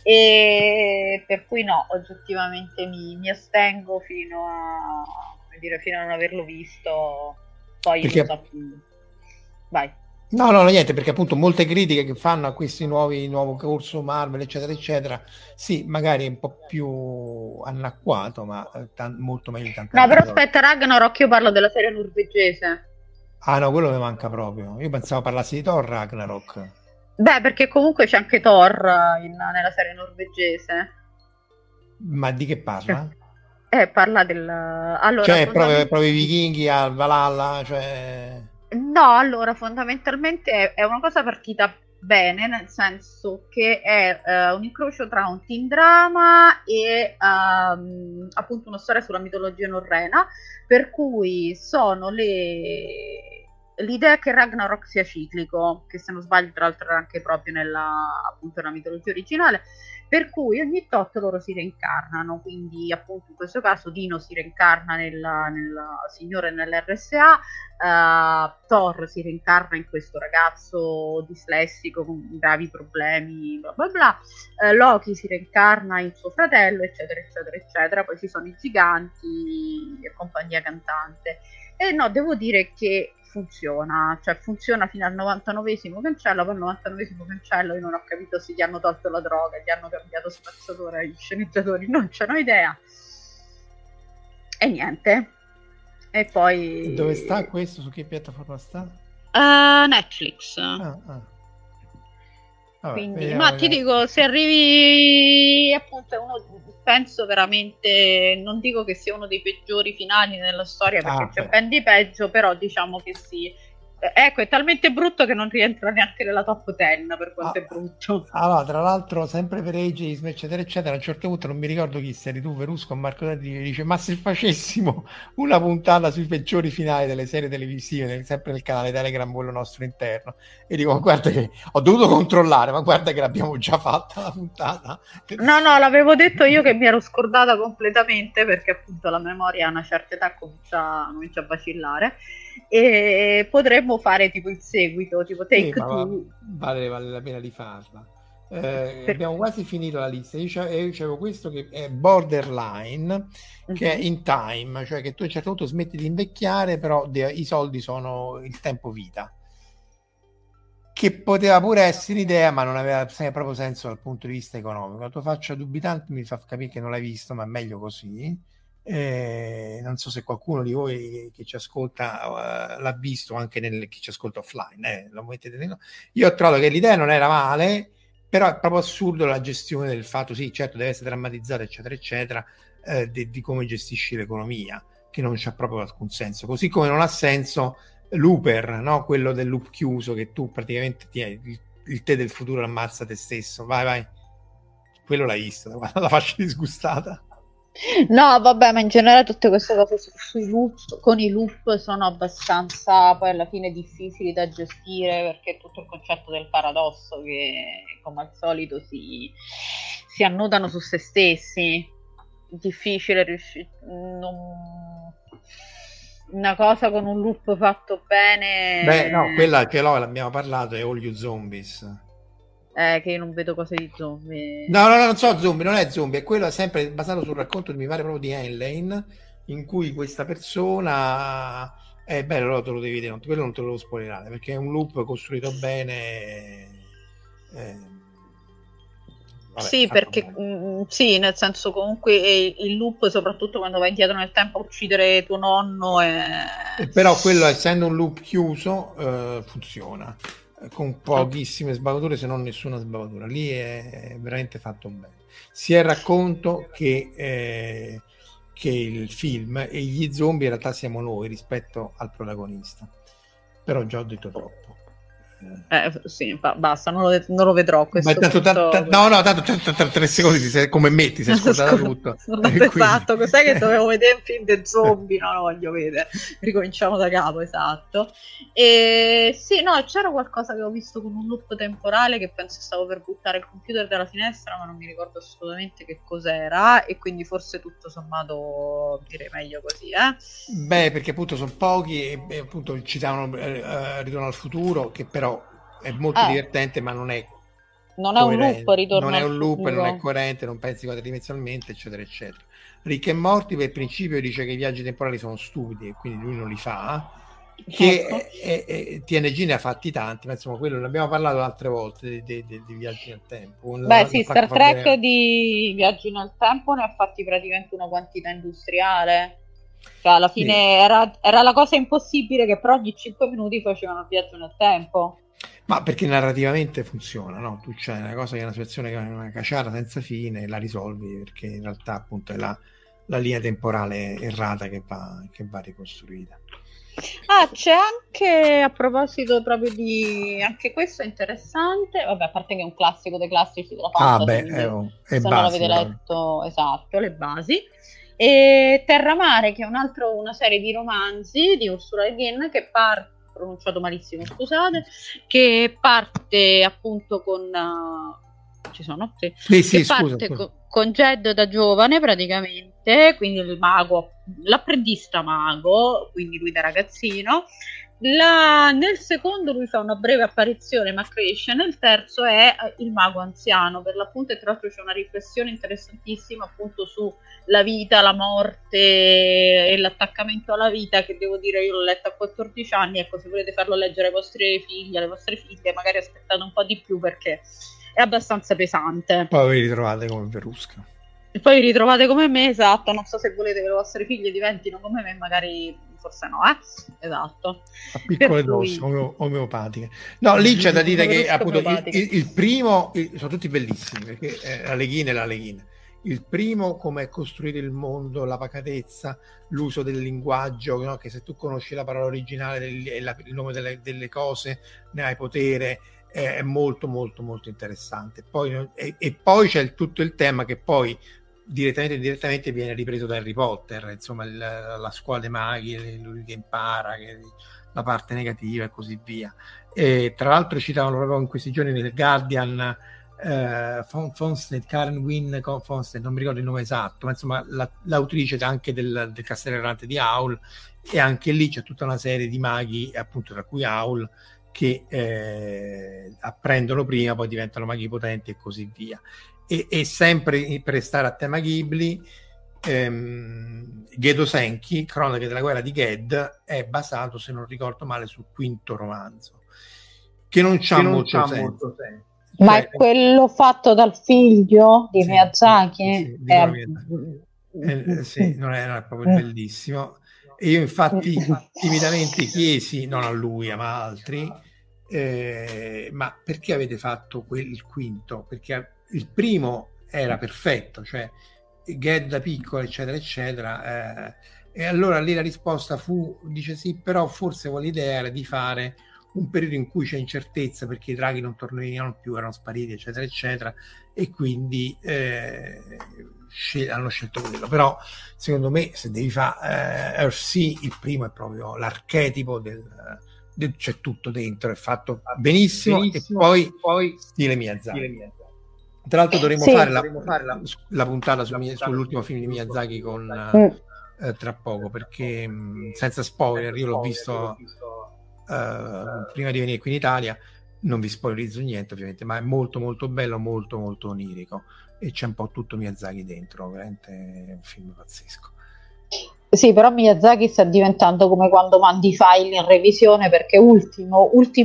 e per cui no, oggettivamente mi astengo fino a non averlo visto, poi
perché...
non so. Vai.
No, niente, perché appunto molte critiche che fanno a questi nuovo corso Marvel, eccetera, eccetera, sì, magari è un po' più anacquato, ma molto meglio di tante
No,
altre
però
cose.
aspetta, Ragnarok, io parlo della serie norvegese.
Ah no, quello mi manca proprio. Io pensavo parlassi di Thor Ragnarok.
Beh, perché comunque c'è anche Thor nella serie norvegese.
Ma di che parla?
Parla del... Allora,
Cioè, proprio i vichinghi al Valhalla, cioè...
No, allora fondamentalmente è una cosa partita bene, nel senso che è un incrocio tra un teen drama e appunto una storia sulla mitologia norrena, per cui sono l'idea che Ragnarok sia ciclico, che se non sbaglio tra l'altro era anche proprio appunto nella mitologia originale, per cui ogni tot loro si reincarnano, quindi appunto in questo caso Dino si reincarna nel signore nell'RSA, Thor si reincarna in questo ragazzo dislessico con gravi problemi, bla bla bla, Loki si reincarna in suo fratello, eccetera eccetera eccetera, poi ci sono i giganti e compagnia cantante. E no, devo dire che funziona, cioè funziona fino al 99esimo cancello, poi al 99esimo cancello io non ho capito se gli hanno tolto la droga, gli hanno cambiato spazzatura gli sceneggiatori, non ce n'ho idea. E niente. E poi...
Dove sta questo? Su che piattaforma sta?
Netflix.
Vabbè,
quindi, ma ti dico, se arrivi appunto, penso veramente, non dico che sia uno dei peggiori finali nella storia perché c'è ben di peggio, però diciamo che sì. Ecco, è talmente brutto che non rientra neanche nella top 10 per quanto è brutto.
Allora, tra l'altro, sempre per ageism, eccetera, eccetera, a un certo punto non mi ricordo chi, se eri tu, Verusco o Marco Dadini, dice: ma se facessimo una puntata sui peggiori finali delle serie televisive, sempre nel canale Telegram, quello nostro interno, e dico: guarda che ho dovuto controllare, ma guarda che l'abbiamo già fatta la puntata.
No, l'avevo detto io che mi ero scordata completamente perché appunto la memoria a una certa età comincia a vacillare. E potremmo fare tipo il seguito, tipo Take Two.
Vale la pena di farla. Abbiamo quasi finito la lista. Io c'avevo questo che è Borderline, che è in time, cioè che tu a un certo punto smetti di invecchiare, però i soldi sono il tempo vita, che poteva pure essere un'idea, ma non aveva proprio senso dal punto di vista economico. La tua faccia dubitante mi fa capire che non l'hai visto, ma è meglio così. Non so se qualcuno di voi che ci ascolta l'ha visto, anche chi ci ascolta offline, lo mettete. Io ho trovato che l'idea non era male, però è proprio assurdo la gestione del fatto, sì, certo deve essere drammatizzata eccetera eccetera, di come gestisci l'economia, che non c'ha proprio alcun senso, così come non ha senso Looper, no? Quello del loop chiuso, che tu praticamente il te del futuro ammazza te stesso, vai, quello l'hai visto, la faccia disgustata.
No, vabbè, ma in generale tutte queste cose sui loop, con i loop sono abbastanza poi alla fine difficili da gestire, perché tutto il concetto del paradosso che come al solito si annodano su se stessi, difficile riuscire, una cosa con un loop fatto bene.
Beh, no, quella che l'abbiamo parlato è All You Zombies.
Che io non vedo cose di zombie.
No, non so, zombie, non è zombie, è quello sempre basato sul racconto, mi pare proprio di Heinlein, in cui questa persona è bello, te lo devi vedere, quello non te lo devo spoilerare, perché è un loop costruito bene.
Vabbè, sì, perché sì, nel senso comunque il loop, soprattutto quando vai indietro nel tempo a uccidere tuo nonno
però quello, essendo un loop chiuso, funziona con pochissime sbavature, se non nessuna sbavatura. Lì è veramente fatto bene, sia il racconto che il film, e gli zombie in realtà siamo noi rispetto al protagonista, però già ho detto troppo.
Sì, basta, non lo vedrò questo.
Tanto 3 secondi come me ti sei scordato tutto.
Esatto, cos'è che dovevo vedere un film dei zombie? No, lo voglio vedere. Ricominciamo da capo, esatto. E sì, no, c'era qualcosa che ho visto con un loop temporale che penso stavo per buttare il computer dalla finestra, ma non mi ricordo assolutamente che cos'era, e quindi forse tutto sommato direi meglio così,
Beh, perché appunto sono pochi e appunto citavano Ritorno al futuro, che però è molto divertente, ma non è
un loop,
non è un loop, non è coerente, non pensi quadridimensionalmente, eccetera eccetera. Rick e Morty per principio dice che i viaggi temporali sono stupidi e quindi lui non li fa. che TNG ne ha fatti tanti, ma insomma quello ne abbiamo parlato altre volte di viaggi nel tempo.
Beh sì, Star Trek di viaggi nel tempo ne ha fatti praticamente una quantità industriale, cioè alla fine sì. era la cosa impossibile che per ogni 5 minuti facevano il viaggio nel tempo.
Ma perché narrativamente funziona, no? Tu c'hai una cosa che è una situazione che è una caciara senza fine e la risolvi perché in realtà appunto è la linea temporale errata che va ricostruita.
C'è anche, a proposito proprio di, anche questo è interessante, vabbè, a parte che è un classico dei classici della fantasy, se non l'avete letto, esatto, le basi, e Terramare, che è una serie di romanzi di Ursula Le Guin che parte, pronunciato malissimo, scusate, che parte appunto con ci sono? Sì, che parte con Jed da giovane praticamente, quindi il mago, l'apprendista mago, quindi lui da ragazzino. Nel secondo lui fa una breve apparizione ma cresce, nel terzo è il mago anziano per l'appunto, e tra l'altro c'è una riflessione interessantissima appunto su la vita, la morte e l'attaccamento alla vita, che devo dire io l'ho letta a 14 anni, ecco, se volete farlo leggere ai vostri figli, alle vostre figlie, magari aspettate un po' di più perché è abbastanza pesante.
Poi vi ritrovate come Verusca.
E poi vi ritrovate come me, esatto, non so se volete che le vostre figlie diventino come me, magari forse no, esatto.
A piccole dosi, omeopatiche. No, lì c'è da dire che appunto il primo, sono tutti bellissimi, perché la leghina e la leghina. Il primo, come è costruito il mondo, la pacatezza, l'uso del linguaggio, no? Che se tu conosci la parola originale e il nome delle cose, ne hai potere, è molto molto molto interessante. Poi, e poi c'è tutto il tema che poi direttamente o indirettamente viene ripreso da Harry Potter, insomma la scuola dei maghi, lui che impara, la parte negativa e così via. E tra l'altro citavano proprio in questi giorni nel Guardian Fonstead, Karen Wynne Fonstead, non mi ricordo il nome esatto, ma insomma l'autrice anche del Castello Errante di Howl, e anche lì c'è tutta una serie di maghi, appunto tra cui Howl, che apprendono prima, poi diventano maghi potenti e così via. E sempre per restare a tema Ghibli, Gedo Senki, Cronache della guerra di Ged, è basato, se non ricordo male, sul quinto romanzo, che non c'ha molto senso.
Ma è quello fatto dal figlio di Miyazaki?
Sì, non è proprio bellissimo. E io infatti timidamente chiesi, non a lui ma a altri, ma perché avete fatto il quinto? Perché il primo era perfetto, cioè Ged da piccolo eccetera eccetera, e allora lì la risposta dice sì, però forse l'idea era di fare un periodo in cui c'è incertezza perché i draghi non tornavano più, erano spariti eccetera eccetera, e quindi hanno scelto quello. Però secondo me se devi fare Earthsea, il primo è proprio l'archetipo c'è tutto dentro, è fatto benissimo. E poi stile Miyazaki. Tra l'altro dovremmo fare la puntata sull'ultimo film di Miyazaki tra poco, perché senza spoiler, io l'ho visto prima di venire qui in Italia, non vi spoilerizzo niente ovviamente, ma è molto molto bello, molto molto onirico, e c'è un po' tutto Miyazaki dentro, veramente è un film pazzesco.
Sì, però Miyazaki sta diventando come quando mandi i file in revisione, perché ultimissimo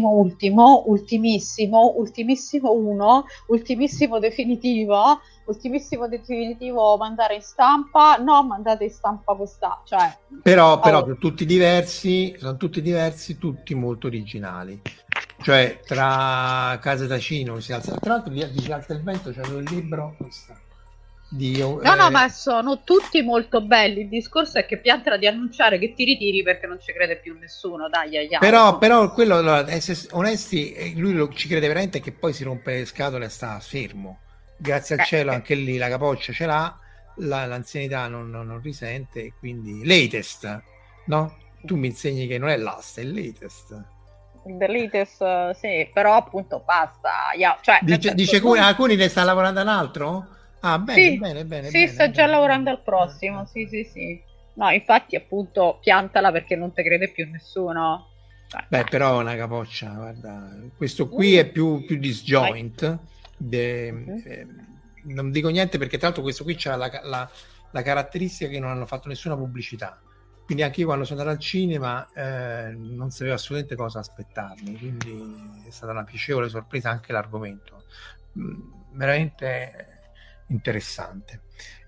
definitivo mandare in stampa, no, mandate in stampa questa, cioè.
Però sono tutti diversi, tutti molto originali. Cioè tra Casa Tacino si alza, tra l'altro si alza il vento, c'è il libro
no, ma sono tutti molto belli. Il discorso è che piantala di annunciare che ti ritiri perché non ci crede più nessuno, dai.
Però quello, essere onesti, lui ci crede veramente, che poi si rompe le scatole e sta fermo, grazie al cielo. Anche lì la capoccia ce l'ha, l'anzianità non risente, e quindi latest, no? Tu mi insegni che non è last, è il latest.
The latest, sì, però appunto basta. Cioè,
dice alcuni ne sta lavorando un altro? Ah, bene.
Sì, sta già lavorando al prossimo. Sì. No, infatti, appunto, piantala perché non te crede più nessuno.
Beh, però una capoccia, guarda, questo qui è più disjoint. Non dico niente perché tra l'altro questo qui c'ha la caratteristica che non hanno fatto nessuna pubblicità. quindi anche io quando sono andato al cinema non sapevo assolutamente cosa aspettarmi, quindi è stata una piacevole sorpresa anche l'argomento, veramente interessante.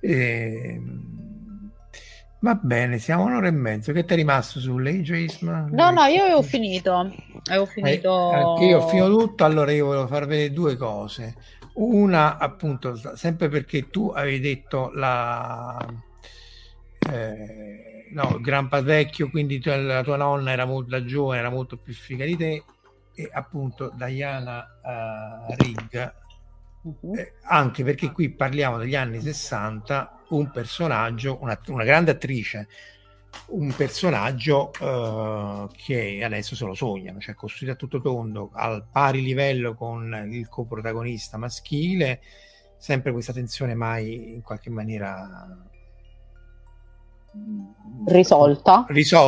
Va bene, siamo a 1 ora e mezzo. Che ti è rimasto sull'ageism?
No, io avevo finito.
Anche io ho finito tutto. Allora io volevo far vedere due cose. Una, appunto, sempre perché tu avevi detto no, Grandpa vecchio, quindi la tua nonna era molto da giovane, era molto più figa di te, e appunto Diana Rigg, anche perché qui parliamo degli anni 60, un personaggio, una grande attrice, un personaggio che adesso se lo sognano, cioè costruito a tutto tondo, al pari livello con il coprotagonista maschile, sempre questa tensione mai in qualche maniera risolta,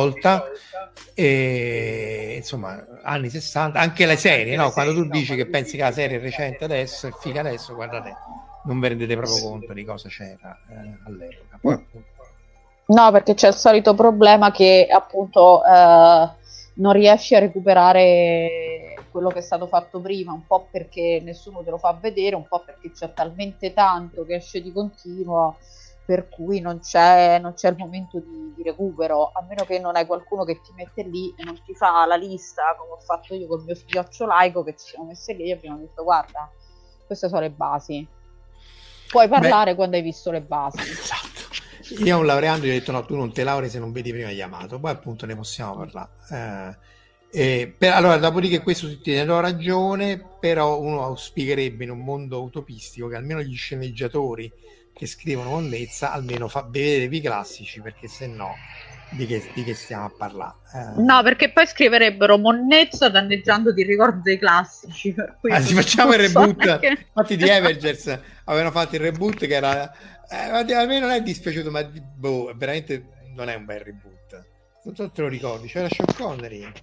e insomma anni 60, anche le serie, no? Quando tu dici che pensi che la serie è recente adesso è figa adesso, guardate, non vi rendete proprio conto di cosa c'era all'epoca. Poi, appunto,
no, perché c'è il solito problema che appunto non riesci a recuperare quello che è stato fatto prima, un po' perché nessuno te lo fa vedere, un po' perché c'è talmente tanto che esce di continuo, per cui non c'è il momento di recupero, a meno che non hai qualcuno che ti mette lì e non ti fa la lista, come ho fatto io col mio figlioccio laico, che ci siamo messi lì e abbiamo detto guarda, queste sono le basi, puoi parlare quando hai visto le basi.
Esatto. Io a un laureando gli ho detto no, tu non te lauri se non vedi prima Yamato, poi appunto ne possiamo parlare. Allora, dopodiché questo ti do ragione, però uno auspicherebbe in un mondo utopistico che almeno gli sceneggiatori che scrivono monnezza almeno vedetevi i classici, perché se no di che stiamo a parlare?
No, perché poi scriverebbero monnezza danneggiando il ricordo dei classici, per cui
facciamo il reboot infatti di Avengers avevano fatto il reboot che era a me non è dispiaciuto, ma veramente non è un bel reboot, non so se te lo ricordi, c'era Sean Connery.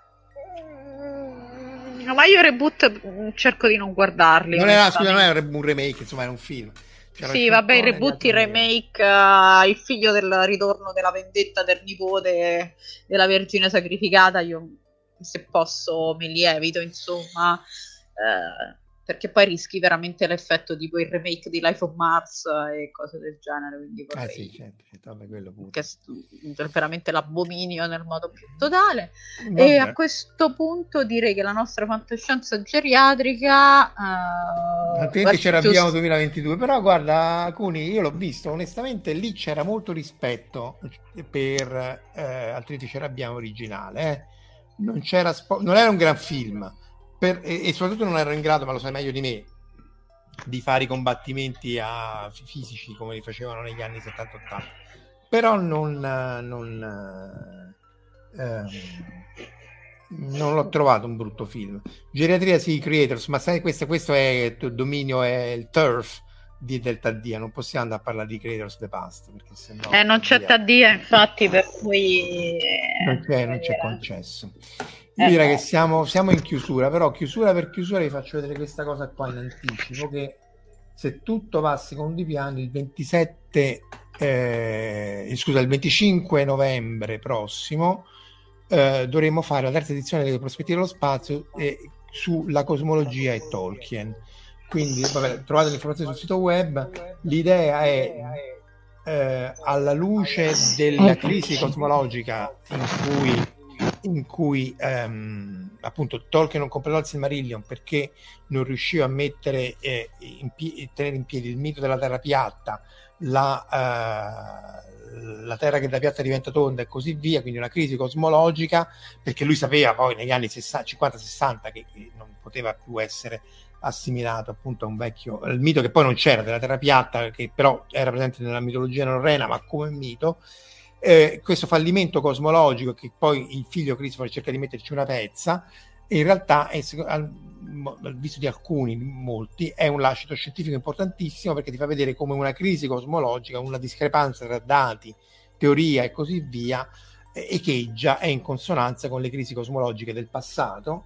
Ma io reboot cerco di non guardarli.
Non era un remake, insomma era un film.
Sì, vabbè, i reboot, i remake, il figlio del ritorno della vendetta del nipote della Vergine Sacrificata, io se posso me li evito, insomma, perché poi rischi veramente l'effetto tipo il remake di Life of Mars e cose del genere, quindi vorrei...
sì, certo, vabbè, quello pure.
Che è veramente l'abominio nel modo più totale. Vabbè. E a questo punto direi che la nostra fantascienza geriatrica
altrimenti ce l'abbiamo 2022, però guarda Cuni, io l'ho visto onestamente, lì c'era molto rispetto per altrimenti ce l'abbiamo originale, non c'era non era un gran film e soprattutto non ero in grado, ma lo sai meglio di me, di fare i combattimenti fisici come li facevano negli anni 70-80, però non l'ho trovato un brutto film. Geriatria sì, Creators, ma sai questo è il dominio, è il turf di Delta D, non possiamo andare a parlare di Creators the Past perché sennò
non c'è Taddia, infatti, per cui
non c'è concesso. Io direi che siamo in chiusura, però chiusura per chiusura vi faccio vedere questa cosa qua in anticipo, che se tutto va secondo i piani il 25 novembre prossimo dovremo fare la terza edizione delle prospettive dello spazio sulla cosmologia e Tolkien, quindi vabbè, trovate le informazioni sul sito web. L'idea è alla luce della crisi cosmologica in cui appunto Tolkien non completò il Silmarillion perché non riusciva a mettere tenere in piedi il mito della terra piatta, la terra che da piatta diventa tonda e così via, quindi una crisi cosmologica, perché lui sapeva poi negli anni 50-60 che non poteva più essere assimilato appunto a un vecchio il mito che poi non c'era della terra piatta, che però era presente nella mitologia norrena ma come mito. Questo fallimento cosmologico che poi il figlio Christopher cerca di metterci una pezza, in realtà al visto di alcuni, molti, è un lascito scientifico importantissimo, perché ti fa vedere come una crisi cosmologica, una discrepanza tra dati, teoria e così via echeggia, è in consonanza con le crisi cosmologiche del passato,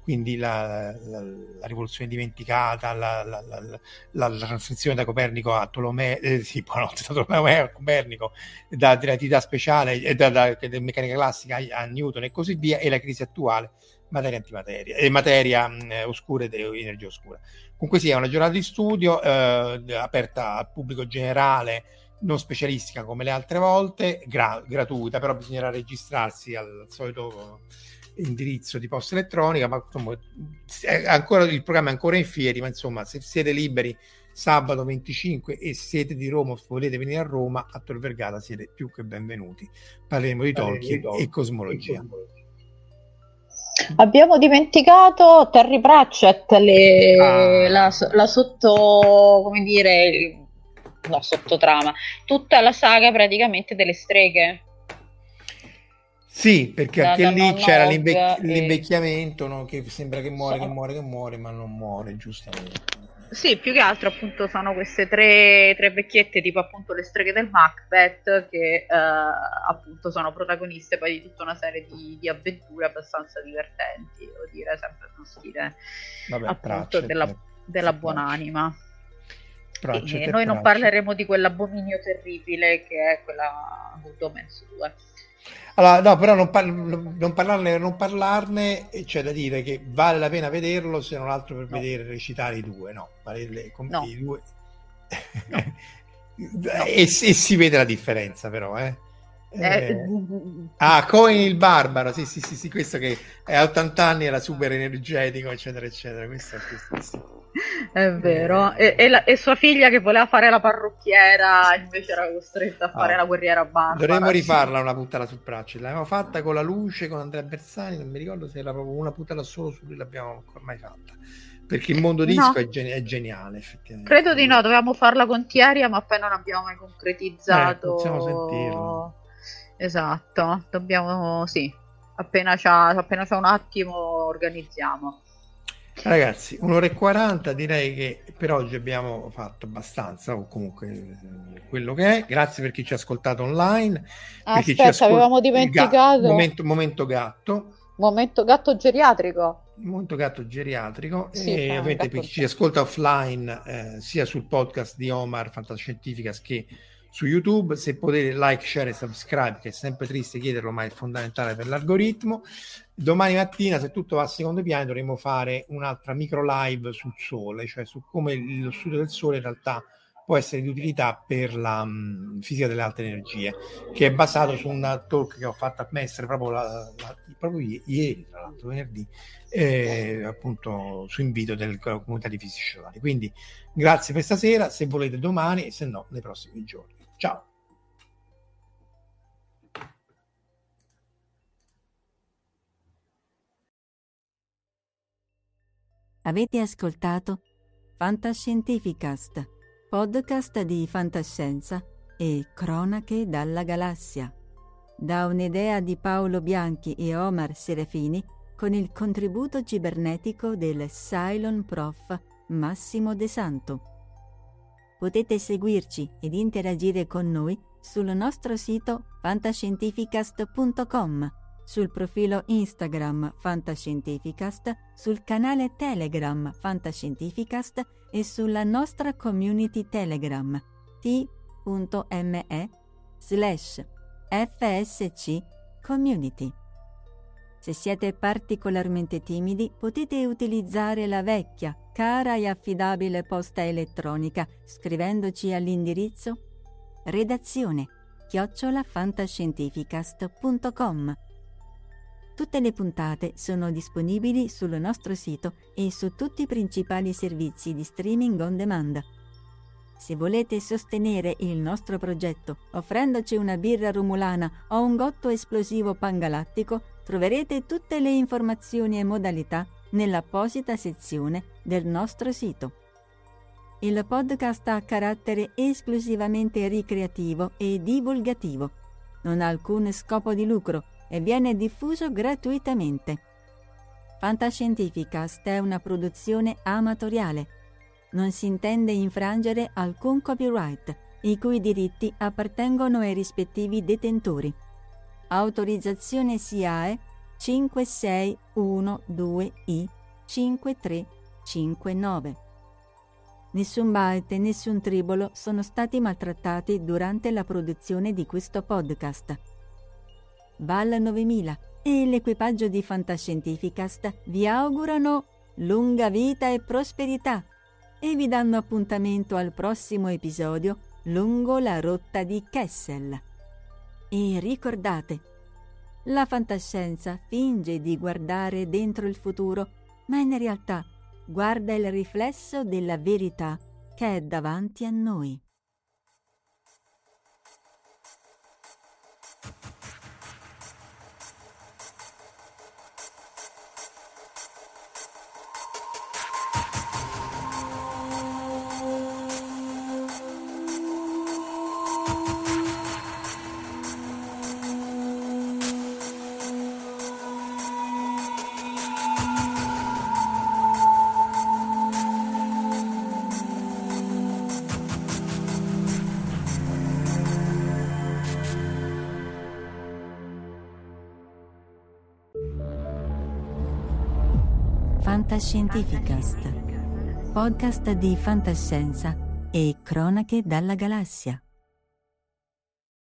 quindi la rivoluzione dimenticata, la transizione da Copernico a Tolomeo, da Tolomeo a Copernico, da relatività speciale, da meccanica classica a Newton e così via, e la crisi attuale, materia antimateria, materia oscura ed energia oscura. Comunque sia, una giornata di studio aperta al pubblico generale, non specialistica come le altre volte, gratuita, però bisognerà registrarsi al solito indirizzo di posta elettronica, ma insomma, il programma è ancora in fieri, ma insomma, se siete liberi sabato 25 e siete di Roma, volete venire a Roma, a Tor Vergata, siete più che benvenuti. Parleremo di Tolkien e cosmologia.
Abbiamo dimenticato Terry Pratchett, la sotto, come dire, no, sottotrama, tutta la saga praticamente delle streghe.
Sì, perché anche lì c'era l'invecchiamento, no? Che sembra che muore, ma non muore, giustamente.
Sì, più che altro appunto sono queste tre vecchiette, tipo appunto le streghe del Macbeth, che appunto sono protagoniste poi di tutta una serie di avventure abbastanza divertenti, devo dire, sempre nello stile appunto della buonanima. E noi non parleremo di quell'abominio terribile che è quella Good Omens 2.
Allora, no, però non parlarne, c'è da dire che vale la pena vederlo, se non altro per vedere recitare i due, no? I due. No. E si vede la differenza, però, Cohen il barbaro, sì, questo che a 80 anni era super energetico, eccetera, eccetera. Questo.
È vero, e sua figlia che voleva fare la parrucchiera invece era costretta a fare la guerriera barbara.
Dovremmo rifarla una puntata su Pratchett, l'abbiamo fatta con la luce, con Andrea Bersani, non mi ricordo se era proprio una puntata solo su lui, l'abbiamo ormai fatta, perché il mondo disco è geniale, effettivamente.
Credo di no, dovevamo farla con Thieria, ma poi non abbiamo mai concretizzato.
Possiamo sentirlo.
Esatto, dobbiamo, sì, appena c'è un attimo organizziamo.
Ragazzi, 1:40, direi che per oggi abbiamo fatto abbastanza, o comunque quello che è. Grazie per chi ci ha ascoltato online.
Aspetta, avevamo dimenticato
momento gatto
geriatrico.
Momento gatto geriatrico.
Sì,
e ovviamente per chi ci ascolta offline, sia sul podcast di Omar Fantascientificas che su YouTube, se potete like, share e subscribe, che è sempre triste chiederlo, ma è fondamentale per l'algoritmo. Domani mattina, se tutto va a secondo piano, dovremo fare un'altra micro live sul Sole, cioè su come lo studio del Sole in realtà può essere di utilità per la fisica delle alte energie, che è basato su una talk che ho fatto a Mestre proprio ieri, tra l'altro venerdì, appunto su invito della comunità di fisici solari. Quindi grazie per stasera, se volete domani, e se no nei prossimi giorni. Ciao.
Avete ascoltato Fantascientificast, podcast di fantascienza e cronache dalla galassia, da un'idea di Paolo Bianchi e Omar Serafini, con il contributo cibernetico del Cylon Prof Massimo De Santo. Potete seguirci ed interagire con noi sul nostro sito fantascientificast.com, sul profilo Instagram Fantascientificast, sul canale Telegram Fantascientificast e sulla nostra community Telegram t.me/FSC Community. Se siete particolarmente timidi, potete utilizzare la vecchia, cara e affidabile posta elettronica scrivendoci all'indirizzo redazione@fantascientificast.com. Tutte le puntate sono disponibili sul nostro sito e su tutti i principali servizi di streaming on demand. Se volete sostenere il nostro progetto offrendoci una birra romulana o un gotto esplosivo pangalattico, troverete tutte le informazioni e modalità nell'apposita sezione del nostro sito. Il podcast ha carattere esclusivamente ricreativo e divulgativo. Non ha alcun scopo di lucro e viene diffuso gratuitamente. Fantascientificast è una produzione amatoriale. Non si intende infrangere alcun copyright, i cui diritti appartengono ai rispettivi detentori. Autorizzazione SIAE 5612I 5359. Nessun byte e nessun tribolo sono stati maltrattati durante la produzione di questo podcast. Val 9000 e l'equipaggio di Fantascientificast vi augurano lunga vita e prosperità e vi danno appuntamento al prossimo episodio lungo la rotta di Kessel. E ricordate, la fantascienza finge di guardare dentro il futuro, ma in realtà guarda il riflesso della verità che è davanti a noi. Fantascientificast, podcast di fantascienza e cronache dalla galassia.